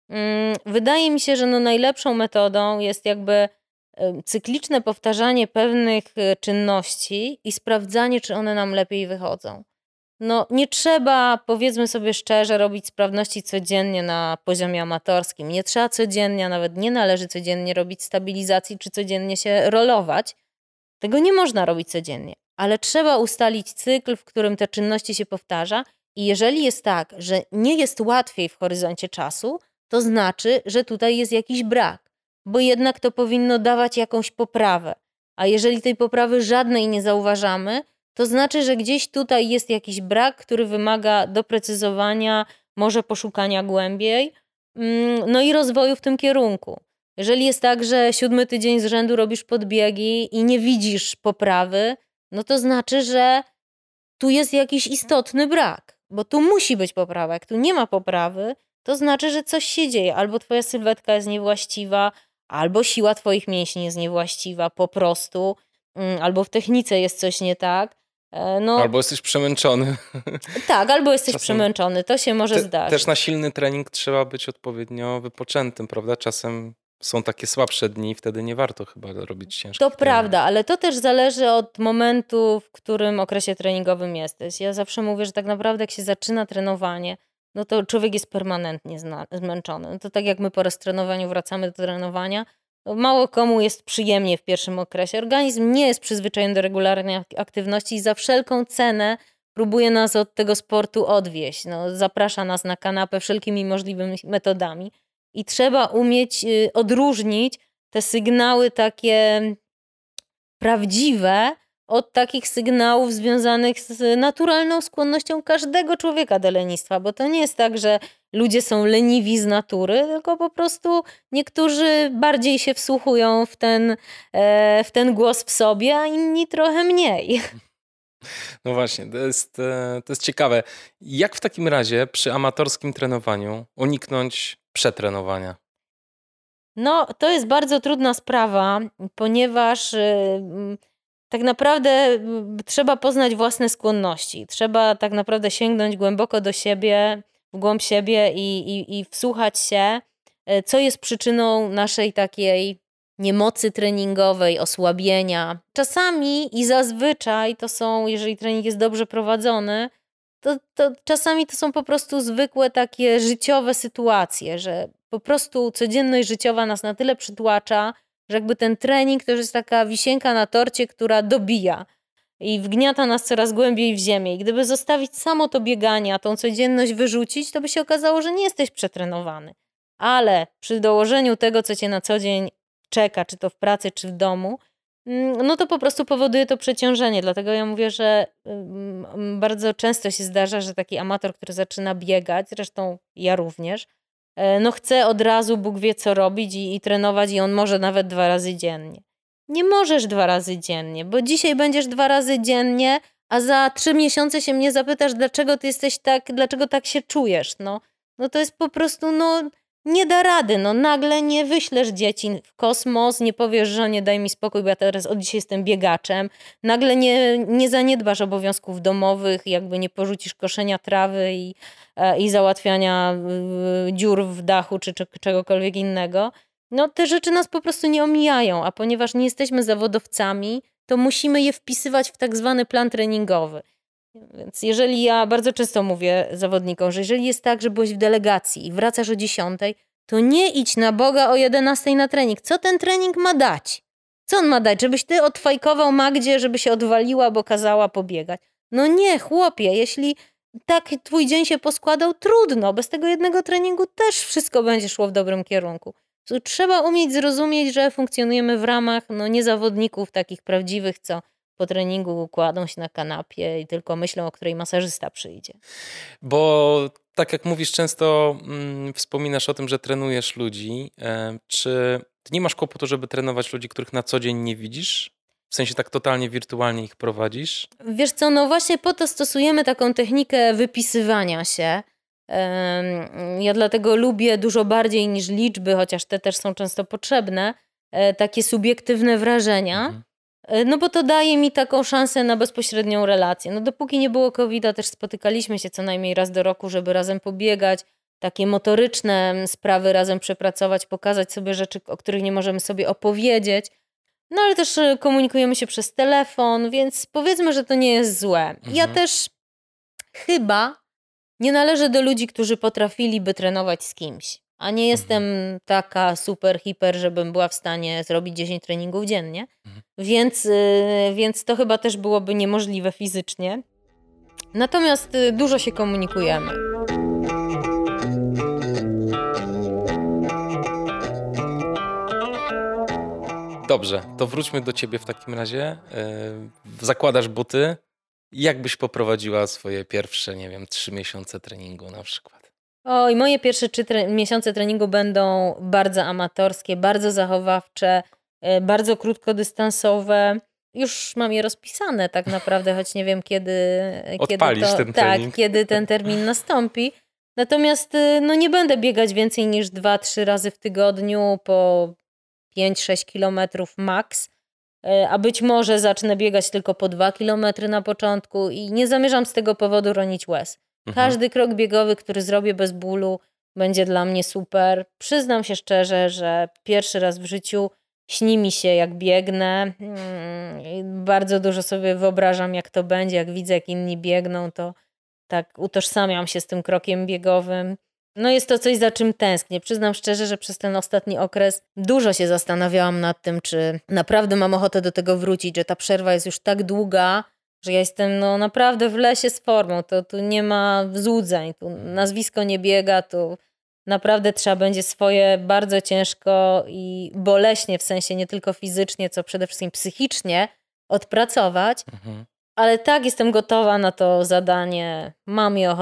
Wydaje mi się, że najlepszą metodą jest jakby cykliczne powtarzanie pewnych czynności i sprawdzanie, czy one nam lepiej wychodzą. Nie trzeba, powiedzmy sobie szczerze, robić sprawności codziennie na poziomie amatorskim. Nie trzeba codziennie, a nawet nie należy codziennie robić stabilizacji czy codziennie się rolować. Tego nie można robić codziennie, ale trzeba ustalić cykl, w którym te czynności się powtarza i jeżeli jest tak, że nie jest łatwiej w horyzoncie czasu, to znaczy, że tutaj jest jakiś brak, bo jednak to powinno dawać jakąś poprawę. A jeżeli tej poprawy żadnej nie zauważamy, to znaczy, że gdzieś tutaj jest jakiś brak, który wymaga doprecyzowania, może poszukania głębiej, i rozwoju w tym kierunku. Jeżeli jest tak, że 7 tydzień z rzędu robisz podbiegi i nie widzisz poprawy, to znaczy, że tu jest jakiś istotny brak, bo tu musi być poprawa. Jak tu nie ma poprawy, to znaczy, że coś się dzieje. Albo twoja sylwetka jest niewłaściwa, albo siła twoich mięśni jest niewłaściwa po prostu, albo w technice jest coś nie tak. Albo jesteś przemęczony. Tak, albo jesteś Czasem przemęczony, to się może zdarzyć. Też na silny trening trzeba być odpowiednio wypoczętym, prawda? Czasem są takie słabsze dni, wtedy nie warto chyba robić ciężkich To treningów. prawda, ale to też zależy od momentu, w którym okresie treningowym jesteś. Ja zawsze mówię, że tak naprawdę jak się zaczyna trenowanie, to człowiek jest permanentnie zmęczony. To tak jak my po raz trenowaniu wracamy do trenowania, mało komu jest przyjemnie w pierwszym okresie. Organizm nie jest przyzwyczajony do regularnej aktywności i za wszelką cenę próbuje nas od tego sportu odwieźć. Zaprasza nas na kanapę wszelkimi możliwymi metodami. I trzeba umieć odróżnić te sygnały takie prawdziwe od takich sygnałów związanych z naturalną skłonnością każdego człowieka do lenistwa, bo to nie jest tak, że ludzie są leniwi z natury, tylko po prostu niektórzy bardziej się wsłuchują w ten głos w sobie, a inni trochę mniej. No właśnie, to jest ciekawe. Jak w takim razie przy amatorskim trenowaniu uniknąć przetrenowania? To jest bardzo trudna sprawa, ponieważ tak naprawdę trzeba poznać własne skłonności. Trzeba tak naprawdę sięgnąć głęboko do siebie, w głąb siebie i wsłuchać się, co jest przyczyną naszej takiej niemocy treningowej, osłabienia. Czasami i zazwyczaj to są, jeżeli trening jest dobrze prowadzony, to czasami to są po prostu zwykłe takie życiowe sytuacje, że po prostu codzienność życiowa nas na tyle przytłacza, że jakby ten trening to już jest taka wisienka na torcie, która dobija i wgniata nas coraz głębiej w ziemię. I gdyby zostawić samo to bieganie, a tą codzienność wyrzucić, to by się okazało, że nie jesteś przetrenowany. Ale przy dołożeniu tego, co cię na co dzień czeka, czy to w pracy, czy w domu, to po prostu powoduje to przeciążenie. Dlatego ja mówię, że bardzo często się zdarza, że taki amator, który zaczyna biegać, zresztą ja również, chce od razu, Bóg wie co robić i trenować i on może nawet 2 razy dziennie. Nie możesz 2 razy dziennie, bo dzisiaj będziesz 2 razy dziennie, a za 3 miesiące się mnie zapytasz, dlaczego ty jesteś dlaczego tak się czujesz. To jest po prostu, nie da rady. Nagle nie wyślesz dzieci w kosmos, nie powiesz żonie daj mi spokój, bo ja teraz od dzisiaj jestem biegaczem. Nagle nie zaniedbasz obowiązków domowych, jakby nie porzucisz koszenia trawy i załatwiania dziur w dachu czy czegokolwiek innego. Te rzeczy nas po prostu nie omijają, a ponieważ nie jesteśmy zawodowcami, to musimy je wpisywać w tak zwany plan treningowy. Więc jeżeli ja bardzo często mówię zawodnikom, że jeżeli jest tak, że byłeś w delegacji i wracasz o 10, to nie idź na Boga o 11 na trening. Co ten trening ma dać? Co on ma dać? Żebyś ty odfajkował Magdzie, żeby się odwaliła, bo kazała pobiegać. Nie, chłopie, jeśli tak twój dzień się poskładał, trudno. Bez tego jednego treningu też wszystko będzie szło w dobrym kierunku. Trzeba umieć zrozumieć, że funkcjonujemy w ramach nie zawodników takich prawdziwych, co po treningu kładą się na kanapie i tylko myślą, o której masażysta przyjdzie. Bo tak jak mówisz, często wspominasz o tym, że trenujesz ludzi. Czy ty nie masz kłopotu, żeby trenować ludzi, których na co dzień nie widzisz? W sensie tak totalnie wirtualnie ich prowadzisz? Wiesz co, właśnie po to stosujemy taką technikę wypisywania się, Ja dlatego lubię dużo bardziej niż liczby, chociaż te też są często potrzebne, takie subiektywne wrażenia. No bo to daje mi taką szansę na bezpośrednią relację. No dopóki nie było COVID-a, też spotykaliśmy się co najmniej raz do roku, żeby razem pobiegać, takie motoryczne sprawy razem przepracować, pokazać sobie rzeczy, o których nie możemy sobie opowiedzieć. No ale też komunikujemy się przez telefon, więc powiedzmy, że to nie jest złe. Ja też chyba nie należę do ludzi, którzy potrafiliby trenować z kimś. A nie jestem taka super, hiper, żebym była w stanie zrobić 10 treningów dziennie. Więc to chyba też byłoby niemożliwe fizycznie. Natomiast dużo się komunikujemy. Dobrze, to wróćmy do ciebie w takim razie. Zakładasz buty. Jak byś poprowadziła swoje pierwsze, 3 miesiące treningu na przykład? Oj, moje pierwsze 3 miesiące treningu będą bardzo amatorskie, bardzo zachowawcze, bardzo krótkodystansowe. Już mam je rozpisane tak naprawdę, choć nie wiem Odpalisz ten trening. kiedy ten termin nastąpi. Natomiast nie będę biegać więcej niż 2-3 razy w tygodniu po 5-6 kilometrów max. A być może zacznę biegać tylko po 2 kilometry na początku i nie zamierzam z tego powodu ronić łez. Każdy krok biegowy, który zrobię bez bólu, będzie dla mnie super. Przyznam się szczerze, że pierwszy raz w życiu śni mi się, jak biegnę. Bardzo dużo sobie wyobrażam, jak to będzie. Jak widzę, jak inni biegną, to tak utożsamiam się z tym krokiem biegowym. No jest to coś, za czym tęsknię. Przyznam szczerze, że przez ten ostatni okres dużo się zastanawiałam nad tym, czy naprawdę mam ochotę do tego wrócić, że ta przerwa jest już tak długa, że ja jestem naprawdę w lesie z formą. To tu nie ma złudzeń, tu nazwisko nie biega, tu naprawdę trzeba będzie swoje bardzo ciężko i boleśnie, w sensie nie tylko fizycznie, co przede wszystkim psychicznie odpracować. Ale tak, jestem gotowa na to zadanie. Mam je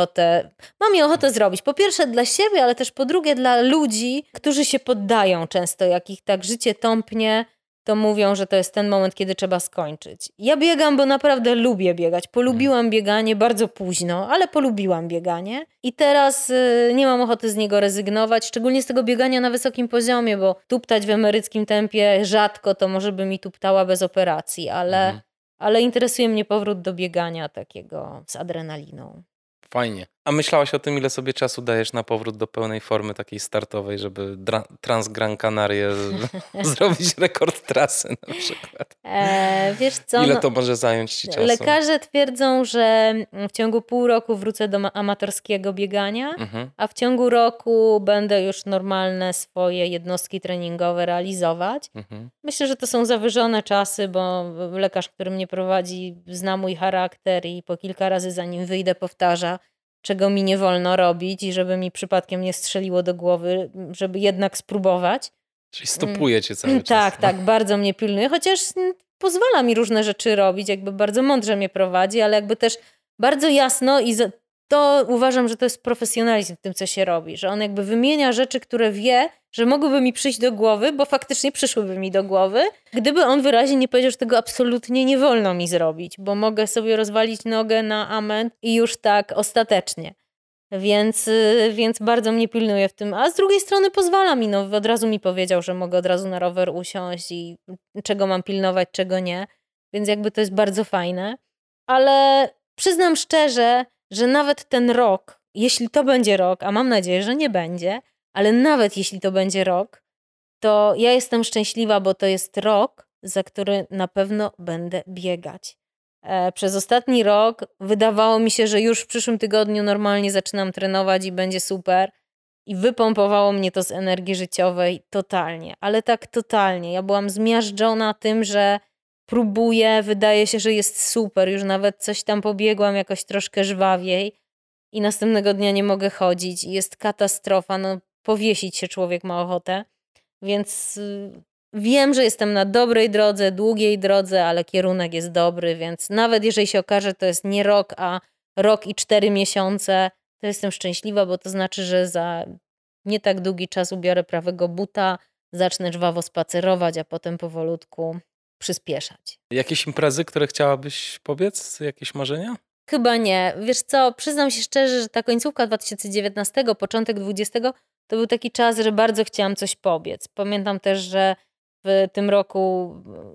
ochotę zrobić. Po pierwsze dla siebie, ale też po drugie dla ludzi, którzy się poddają często. Jak ich tak życie tąpnie, to mówią, że to jest ten moment, kiedy trzeba skończyć. Ja biegam, bo naprawdę lubię biegać. Polubiłam bieganie bardzo późno, ale polubiłam bieganie. I teraz nie mam ochoty z niego rezygnować, szczególnie z tego biegania na wysokim poziomie, bo tuptać w emeryckim tempie rzadko, to może by mi tuptała bez operacji, ale interesuje mnie powrót do biegania takiego z adrenaliną. Fajnie. A myślałaś o tym, ile sobie czasu dajesz na powrót do pełnej formy takiej startowej, żeby Transgran Canaria zrobić rekord trasy na przykład? Wiesz co? Ile to może zająć ci czasu? Lekarze twierdzą, że w ciągu pół roku wrócę do amatorskiego biegania, a w ciągu roku będę już normalne swoje jednostki treningowe realizować. Myślę, że to są zawyżone czasy, bo lekarz, który mnie prowadzi, zna mój charakter i po kilka razy zanim wyjdę powtarza, czego mi nie wolno robić i żeby mi przypadkiem nie strzeliło do głowy, żeby jednak spróbować. Czyli stopuje cię cały czas. Tak, bardzo mnie pilnuje, chociaż pozwala mi różne rzeczy robić, jakby bardzo mądrze mnie prowadzi, ale jakby też bardzo jasno i to uważam, że to jest profesjonalizm w tym, co się robi, że on jakby wymienia rzeczy, które wie, że mogłyby mi przyjść do głowy, bo faktycznie przyszłyby mi do głowy, gdyby on wyraźnie nie powiedział, że tego absolutnie nie wolno mi zrobić, bo mogę sobie rozwalić nogę na amen i już tak ostatecznie. Więc bardzo mnie pilnuje w tym, a z drugiej strony pozwala mi, od razu mi powiedział, że mogę od razu na rower usiąść i czego mam pilnować, czego nie, więc jakby to jest bardzo fajne, ale przyznam szczerze, że nawet ten rok, jeśli to będzie rok, a mam nadzieję, że nie będzie, ale nawet jeśli to będzie rok, to ja jestem szczęśliwa, bo to jest rok, za który na pewno będę biegać. Przez ostatni rok wydawało mi się, że już w przyszłym tygodniu normalnie zaczynam trenować i będzie super. I wypompowało mnie to z energii życiowej totalnie, ale tak totalnie. Ja byłam zmiażdżona tym, że próbuję, wydaje się, że jest super. Już nawet coś tam pobiegłam jakoś troszkę żwawiej i następnego dnia nie mogę chodzić i jest katastrofa. Powiesić się człowiek ma ochotę. Więc wiem, że jestem na dobrej drodze, długiej drodze, ale kierunek jest dobry, więc nawet jeżeli się okaże, to jest nie rok, a rok i 4 miesiące, to jestem szczęśliwa, bo to znaczy, że za nie tak długi czas ubiorę prawego buta, zacznę żwawo spacerować, a potem powolutku przyspieszać. Jakieś imprezy, które chciałabyś pobiec? Jakieś marzenia? Chyba nie. Wiesz co, przyznam się szczerze, że ta końcówka 2019, początek 2020 to był taki czas, że bardzo chciałam coś pobiec. Pamiętam też, że w tym roku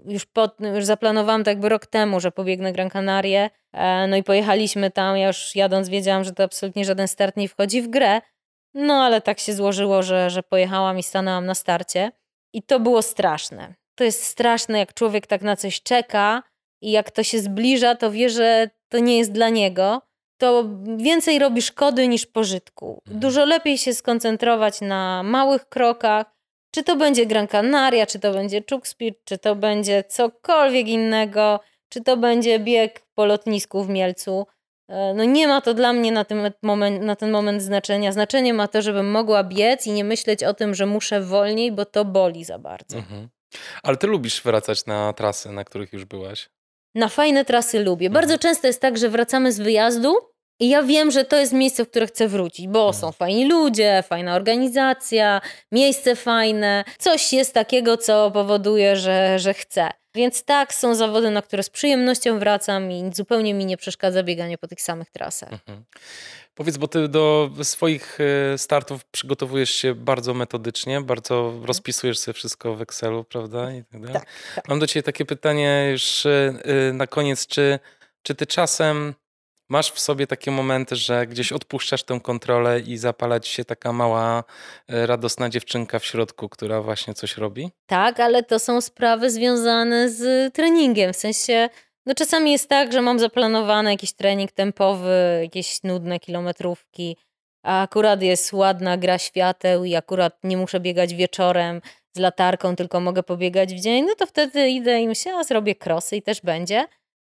już zaplanowałam tak jakby rok temu, że pobiegnę Gran Canarie. No i pojechaliśmy tam. Ja już jadąc wiedziałam, że to absolutnie żaden start nie wchodzi w grę. No ale tak się złożyło, że pojechałam i stanęłam na starcie. I to było straszne. To jest straszne, jak człowiek tak na coś czeka i jak to się zbliża, to wie, że to nie jest dla niego. To więcej robi szkody niż pożytku. Dużo lepiej się skoncentrować na małych krokach. Czy to będzie Gran Canaria, czy to będzie Czukspil, czy to będzie cokolwiek innego, czy to będzie bieg po lotnisku w Mielcu. No nie ma to dla mnie na ten moment znaczenia. Znaczenie ma to, żebym mogła biec i nie myśleć o tym, że muszę wolniej, bo to boli za bardzo. Ale ty lubisz wracać na trasy, na których już byłaś? Na fajne trasy lubię. Bardzo często jest tak, że wracamy z wyjazdu i ja wiem, że to jest miejsce, w które chcę wrócić, bo są fajni ludzie, fajna organizacja, miejsce fajne. Coś jest takiego, co powoduje, że chcę. Więc tak, są zawody, na które z przyjemnością wracam i zupełnie mi nie przeszkadza bieganie po tych samych trasach. Powiedz, bo ty do swoich startów przygotowujesz się bardzo metodycznie, bardzo rozpisujesz sobie wszystko w Excelu, prawda? I tak dalej. Tak. Mam do ciebie takie pytanie już na koniec. Czy ty czasem masz w sobie takie momenty, że gdzieś odpuszczasz tę kontrolę i zapala ci się taka mała, radosna dziewczynka w środku, która właśnie coś robi? Tak, ale to są sprawy związane z treningiem. W sensie, no czasami jest tak, że mam zaplanowany jakiś trening tempowy, jakieś nudne kilometrówki, a akurat jest ładna gra świateł i akurat nie muszę biegać wieczorem z latarką, tylko mogę pobiegać w dzień, no to wtedy idę i myślę, a zrobię crossy i też będzie.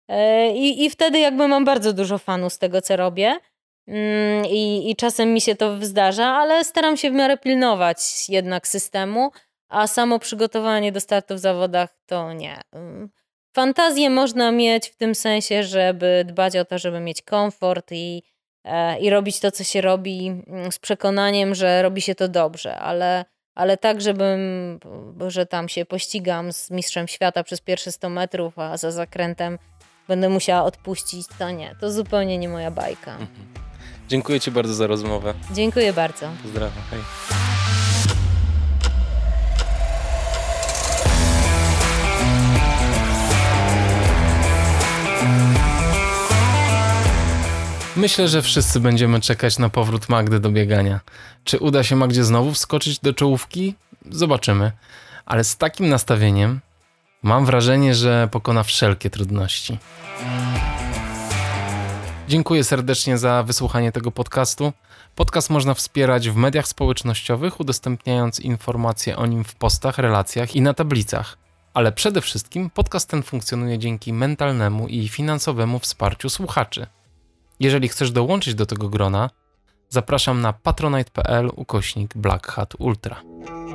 I wtedy jakby mam bardzo dużo fanu z tego, co robię. I czasem mi się to zdarza, ale staram się w miarę pilnować jednak systemu, a samo przygotowanie do startu w zawodach to nie. Fantazję można mieć w tym sensie, żeby dbać o to, żeby mieć komfort i robić to, co się robi z przekonaniem, że robi się to dobrze, ale tak, że tam się pościgam z mistrzem świata przez pierwsze 100 metrów, a za zakrętem będę musiała odpuścić, to nie. To zupełnie nie moja bajka. Dziękuję ci bardzo za rozmowę. Dziękuję bardzo. Pozdrawiam. Hej. Myślę, że wszyscy będziemy czekać na powrót Magdy do biegania. Czy uda się Magdzie znowu wskoczyć do czołówki? Zobaczymy. Ale z takim nastawieniem mam wrażenie, że pokona wszelkie trudności. Dziękuję serdecznie za wysłuchanie tego podcastu. Podcast można wspierać w mediach społecznościowych, udostępniając informacje o nim w postach, relacjach i na tablicach. Ale przede wszystkim podcast ten funkcjonuje dzięki mentalnemu i finansowemu wsparciu słuchaczy. Jeżeli chcesz dołączyć do tego grona, zapraszam na patronite.pl/Black Hat Ultra.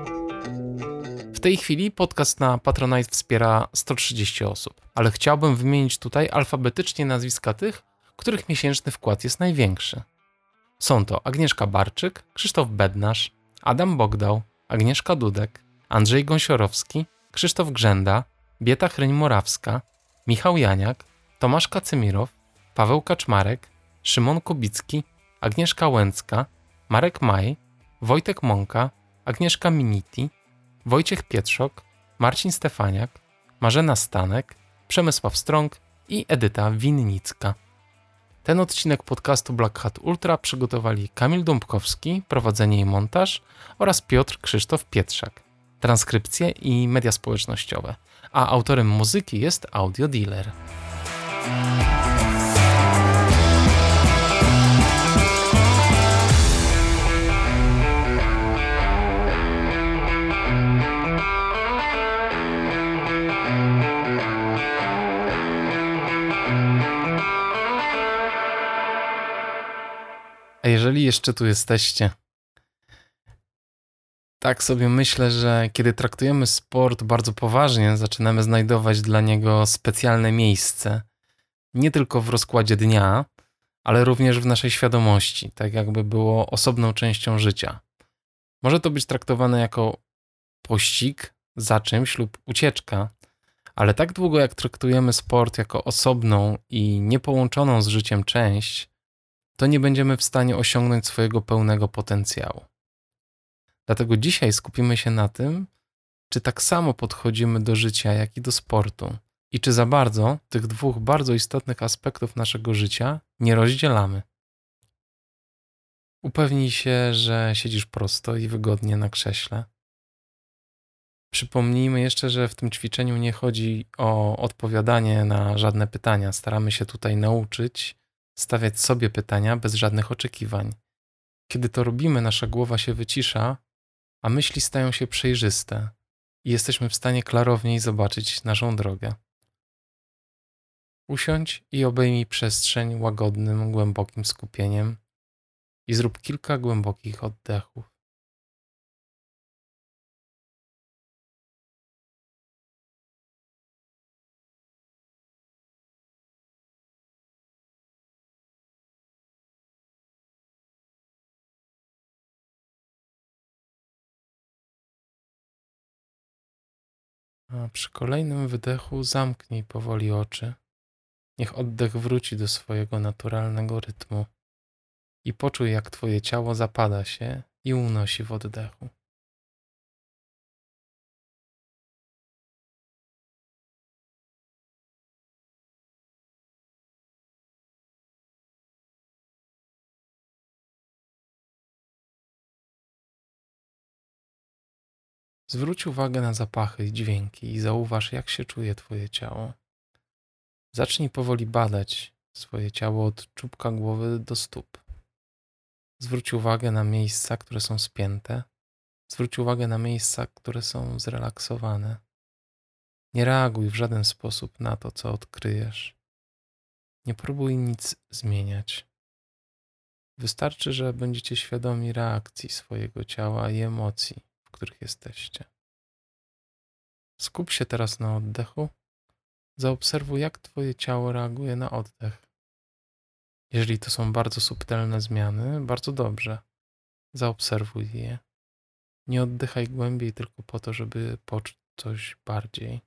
W tej chwili podcast na Patronite wspiera 130 osób, ale chciałbym wymienić tutaj alfabetycznie nazwiska tych, których miesięczny wkład jest największy. Są to Agnieszka Barczyk, Krzysztof Bednarz, Adam Bogdał, Agnieszka Dudek, Andrzej Gąsiorowski, Krzysztof Grzęda, Bieta Chryń-Morawska, Michał Janiak, Tomasz Kacymirow, Paweł Kaczmarek, Szymon Kubicki, Agnieszka Łęcka, Marek Maj, Wojtek Mąka, Agnieszka Miniti, Wojciech Pietrzok, Marcin Stefaniak, Marzena Stanek, Przemysław Strąg i Edyta Winnicka. Ten odcinek podcastu Black Hat Ultra przygotowali Kamil Dąbkowski, prowadzenie i montaż oraz Piotr Krzysztof Pietrzak, transkrypcje i media społecznościowe, a autorem muzyki jest Audio Dealer. A jeżeli jeszcze tu jesteście, tak sobie myślę, że kiedy traktujemy sport bardzo poważnie, zaczynamy znajdować dla niego specjalne miejsce. Nie tylko w rozkładzie dnia, ale również w naszej świadomości, tak jakby było osobną częścią życia. Może to być traktowane jako pościg za czymś lub ucieczka, Ale tak długo jak traktujemy sport jako osobną i niepołączoną z życiem część, to nie będziemy w stanie osiągnąć swojego pełnego potencjału. Dlatego dzisiaj skupimy się na tym, czy tak samo podchodzimy do życia, jak i do sportu i czy za bardzo tych dwóch bardzo istotnych aspektów naszego życia nie rozdzielamy. Upewnij się, że siedzisz prosto i wygodnie na krześle. Przypomnijmy jeszcze, że w tym ćwiczeniu nie chodzi o odpowiadanie na żadne pytania. Staramy się tutaj nauczyć stawiać sobie pytania bez żadnych oczekiwań. Kiedy to robimy, nasza głowa się wycisza, a myśli stają się przejrzyste i jesteśmy w stanie klarowniej zobaczyć naszą drogę. Usiądź i obejmij przestrzeń łagodnym, głębokim skupieniem i zrób kilka głębokich oddechów. A przy kolejnym wydechu zamknij powoli oczy. Niech oddech wróci do swojego naturalnego rytmu i poczuj, jak twoje ciało zapada się i unosi w oddechu. Zwróć uwagę na zapachy i dźwięki i zauważ, jak się czuje twoje ciało. Zacznij powoli badać swoje ciało od czubka głowy do stóp. Zwróć uwagę na miejsca, które są spięte. Zwróć uwagę na miejsca, które są zrelaksowane. Nie reaguj w żaden sposób na to, co odkryjesz. Nie próbuj nic zmieniać. Wystarczy, że będziecie świadomi reakcji swojego ciała i emocji, w których jesteście. Skup się teraz na oddechu. Zaobserwuj, jak twoje ciało reaguje na oddech. Jeżeli to są bardzo subtelne zmiany, bardzo dobrze. Zaobserwuj je. Nie oddychaj głębiej tylko po to, żeby poczuć coś bardziej.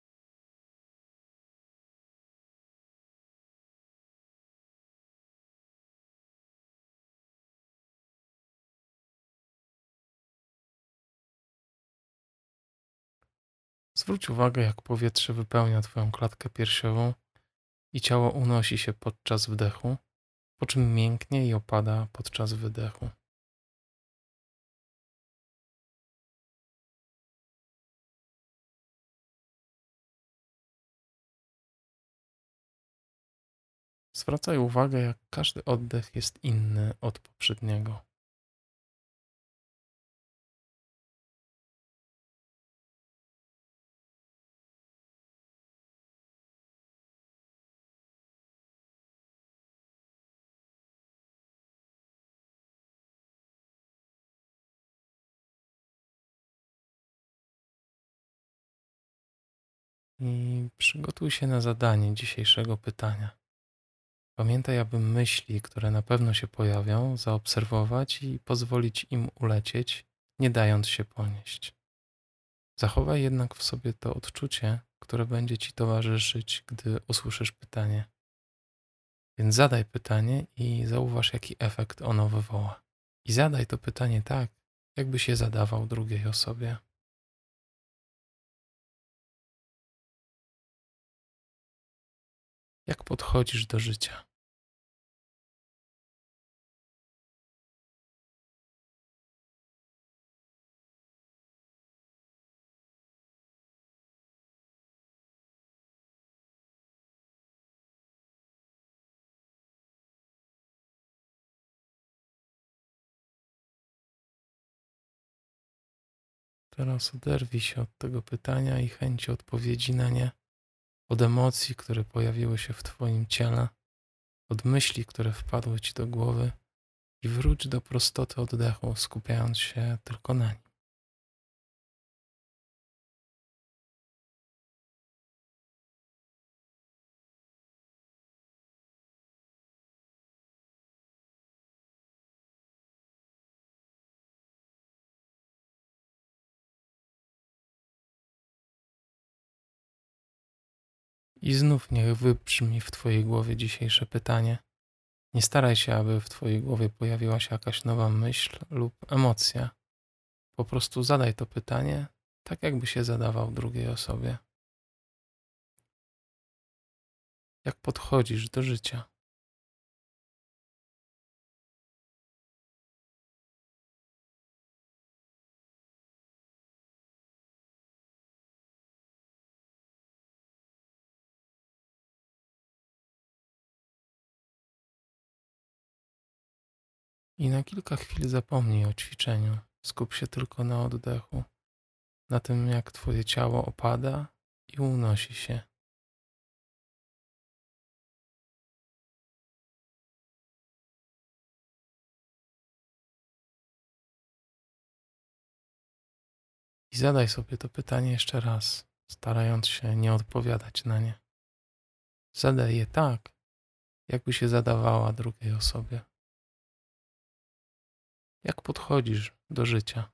Zwróć uwagę, jak powietrze wypełnia twoją klatkę piersiową i ciało unosi się podczas wdechu, po czym mięknie i opada podczas wydechu. Zwracaj uwagę, jak każdy oddech jest inny od poprzedniego. I przygotuj się na zadanie dzisiejszego pytania. Pamiętaj, aby myśli, które na pewno się pojawią, zaobserwować i pozwolić im ulecieć, nie dając się ponieść. Zachowaj jednak w sobie to odczucie, które będzie ci towarzyszyć, gdy usłyszysz pytanie. Więc zadaj pytanie i zauważ, jaki efekt ono wywoła. I zadaj to pytanie tak, jakbyś je zadawał drugiej osobie. Jak podchodzisz do życia? Teraz oderwij się od tego pytania i chęci odpowiedzi na nie, od emocji, które pojawiły się w twoim ciele, od myśli, które wpadły ci do głowy i wróć do prostoty oddechu, skupiając się tylko na nim. I znów niech wybrzmi w twojej głowie dzisiejsze pytanie. Nie staraj się, aby w twojej głowie pojawiła się jakaś nowa myśl lub emocja. Po prostu zadaj to pytanie, tak jakby się zadawał drugiej osobie. Jak podchodzisz do życia? I na kilka chwil zapomnij o ćwiczeniu. Skup się tylko na oddechu, na tym jak twoje ciało opada i unosi się. I zadaj sobie to pytanie jeszcze raz, starając się nie odpowiadać na nie. Zadaj je tak, jakby się zadawała drugiej osobie. Jak podchodzisz do życia?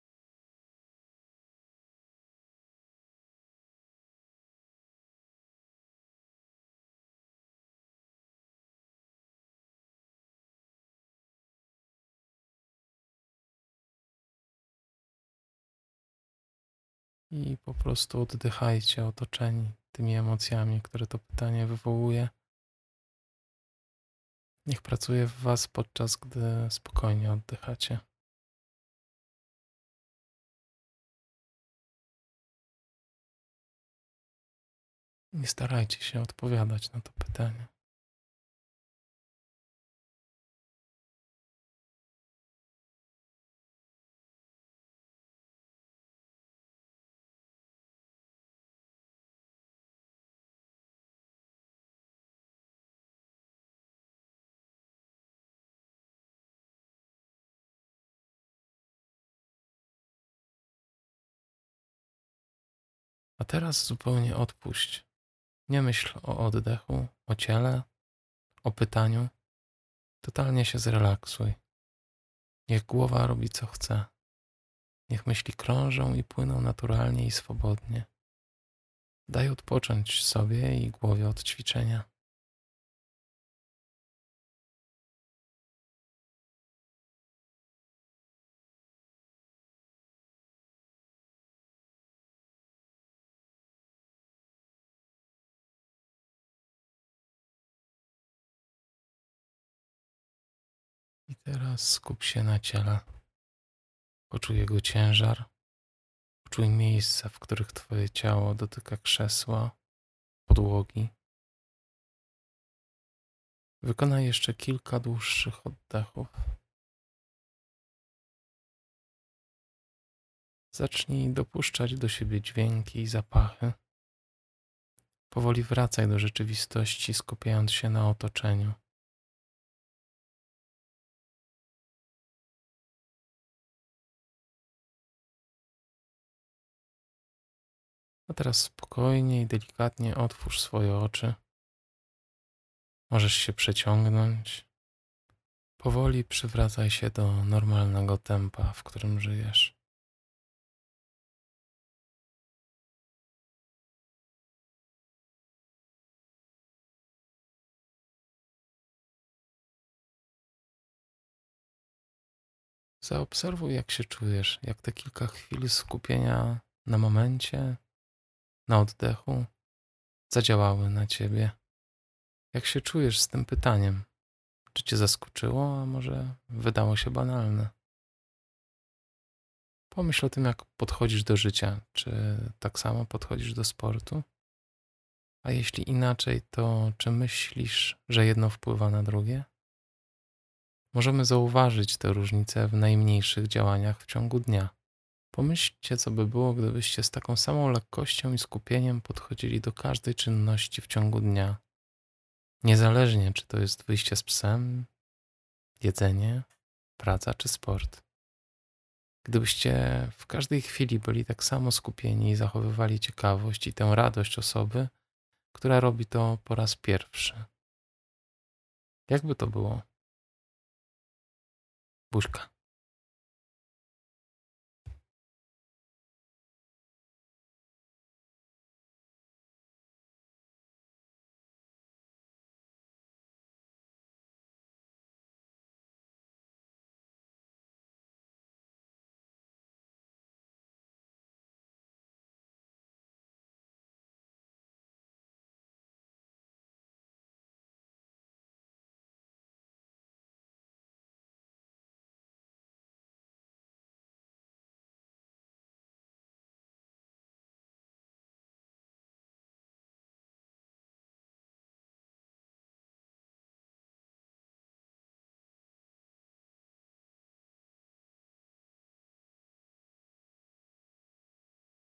I po prostu oddychajcie otoczeni tymi emocjami, które to pytanie wywołuje. Niech pracuje w was, podczas gdy spokojnie oddychacie. Nie starajcie się odpowiadać na to pytanie. A teraz zupełnie odpuść. Nie myśl o oddechu, o ciele, o pytaniu. Totalnie się zrelaksuj. Niech głowa robi co chce. Niech myśli krążą i płyną naturalnie i swobodnie. Daj odpocząć sobie i głowie od ćwiczenia. I teraz skup się na ciele. Poczuj jego ciężar. Poczuj miejsca, w których twoje ciało dotyka krzesła, podłogi. Wykonaj jeszcze kilka dłuższych oddechów. Zacznij dopuszczać do siebie dźwięki i zapachy. Powoli wracaj do rzeczywistości, skupiając się na otoczeniu. A teraz spokojnie i delikatnie otwórz swoje oczy. Możesz się przeciągnąć. Powoli przywracaj się do normalnego tempa, w którym żyjesz. Zaobserwuj, jak się czujesz, jak te kilka chwil skupienia na momencie, na oddechu zadziałały na ciebie. Jak się czujesz z tym pytaniem? Czy cię zaskoczyło, a może wydało się banalne? Pomyśl o tym, jak podchodzisz do życia. Czy tak samo podchodzisz do sportu? A jeśli inaczej, to czy myślisz, że jedno wpływa na drugie? Możemy zauważyć te różnice w najmniejszych działaniach w ciągu dnia. Pomyślcie, co by było, gdybyście z taką samą lekkością i skupieniem podchodzili do każdej czynności w ciągu dnia. Niezależnie, czy to jest wyjście z psem, jedzenie, praca czy sport. Gdybyście w każdej chwili byli tak samo skupieni i zachowywali ciekawość i tę radość osoby, która robi to po raz pierwszy. Jakby to było? Buźka.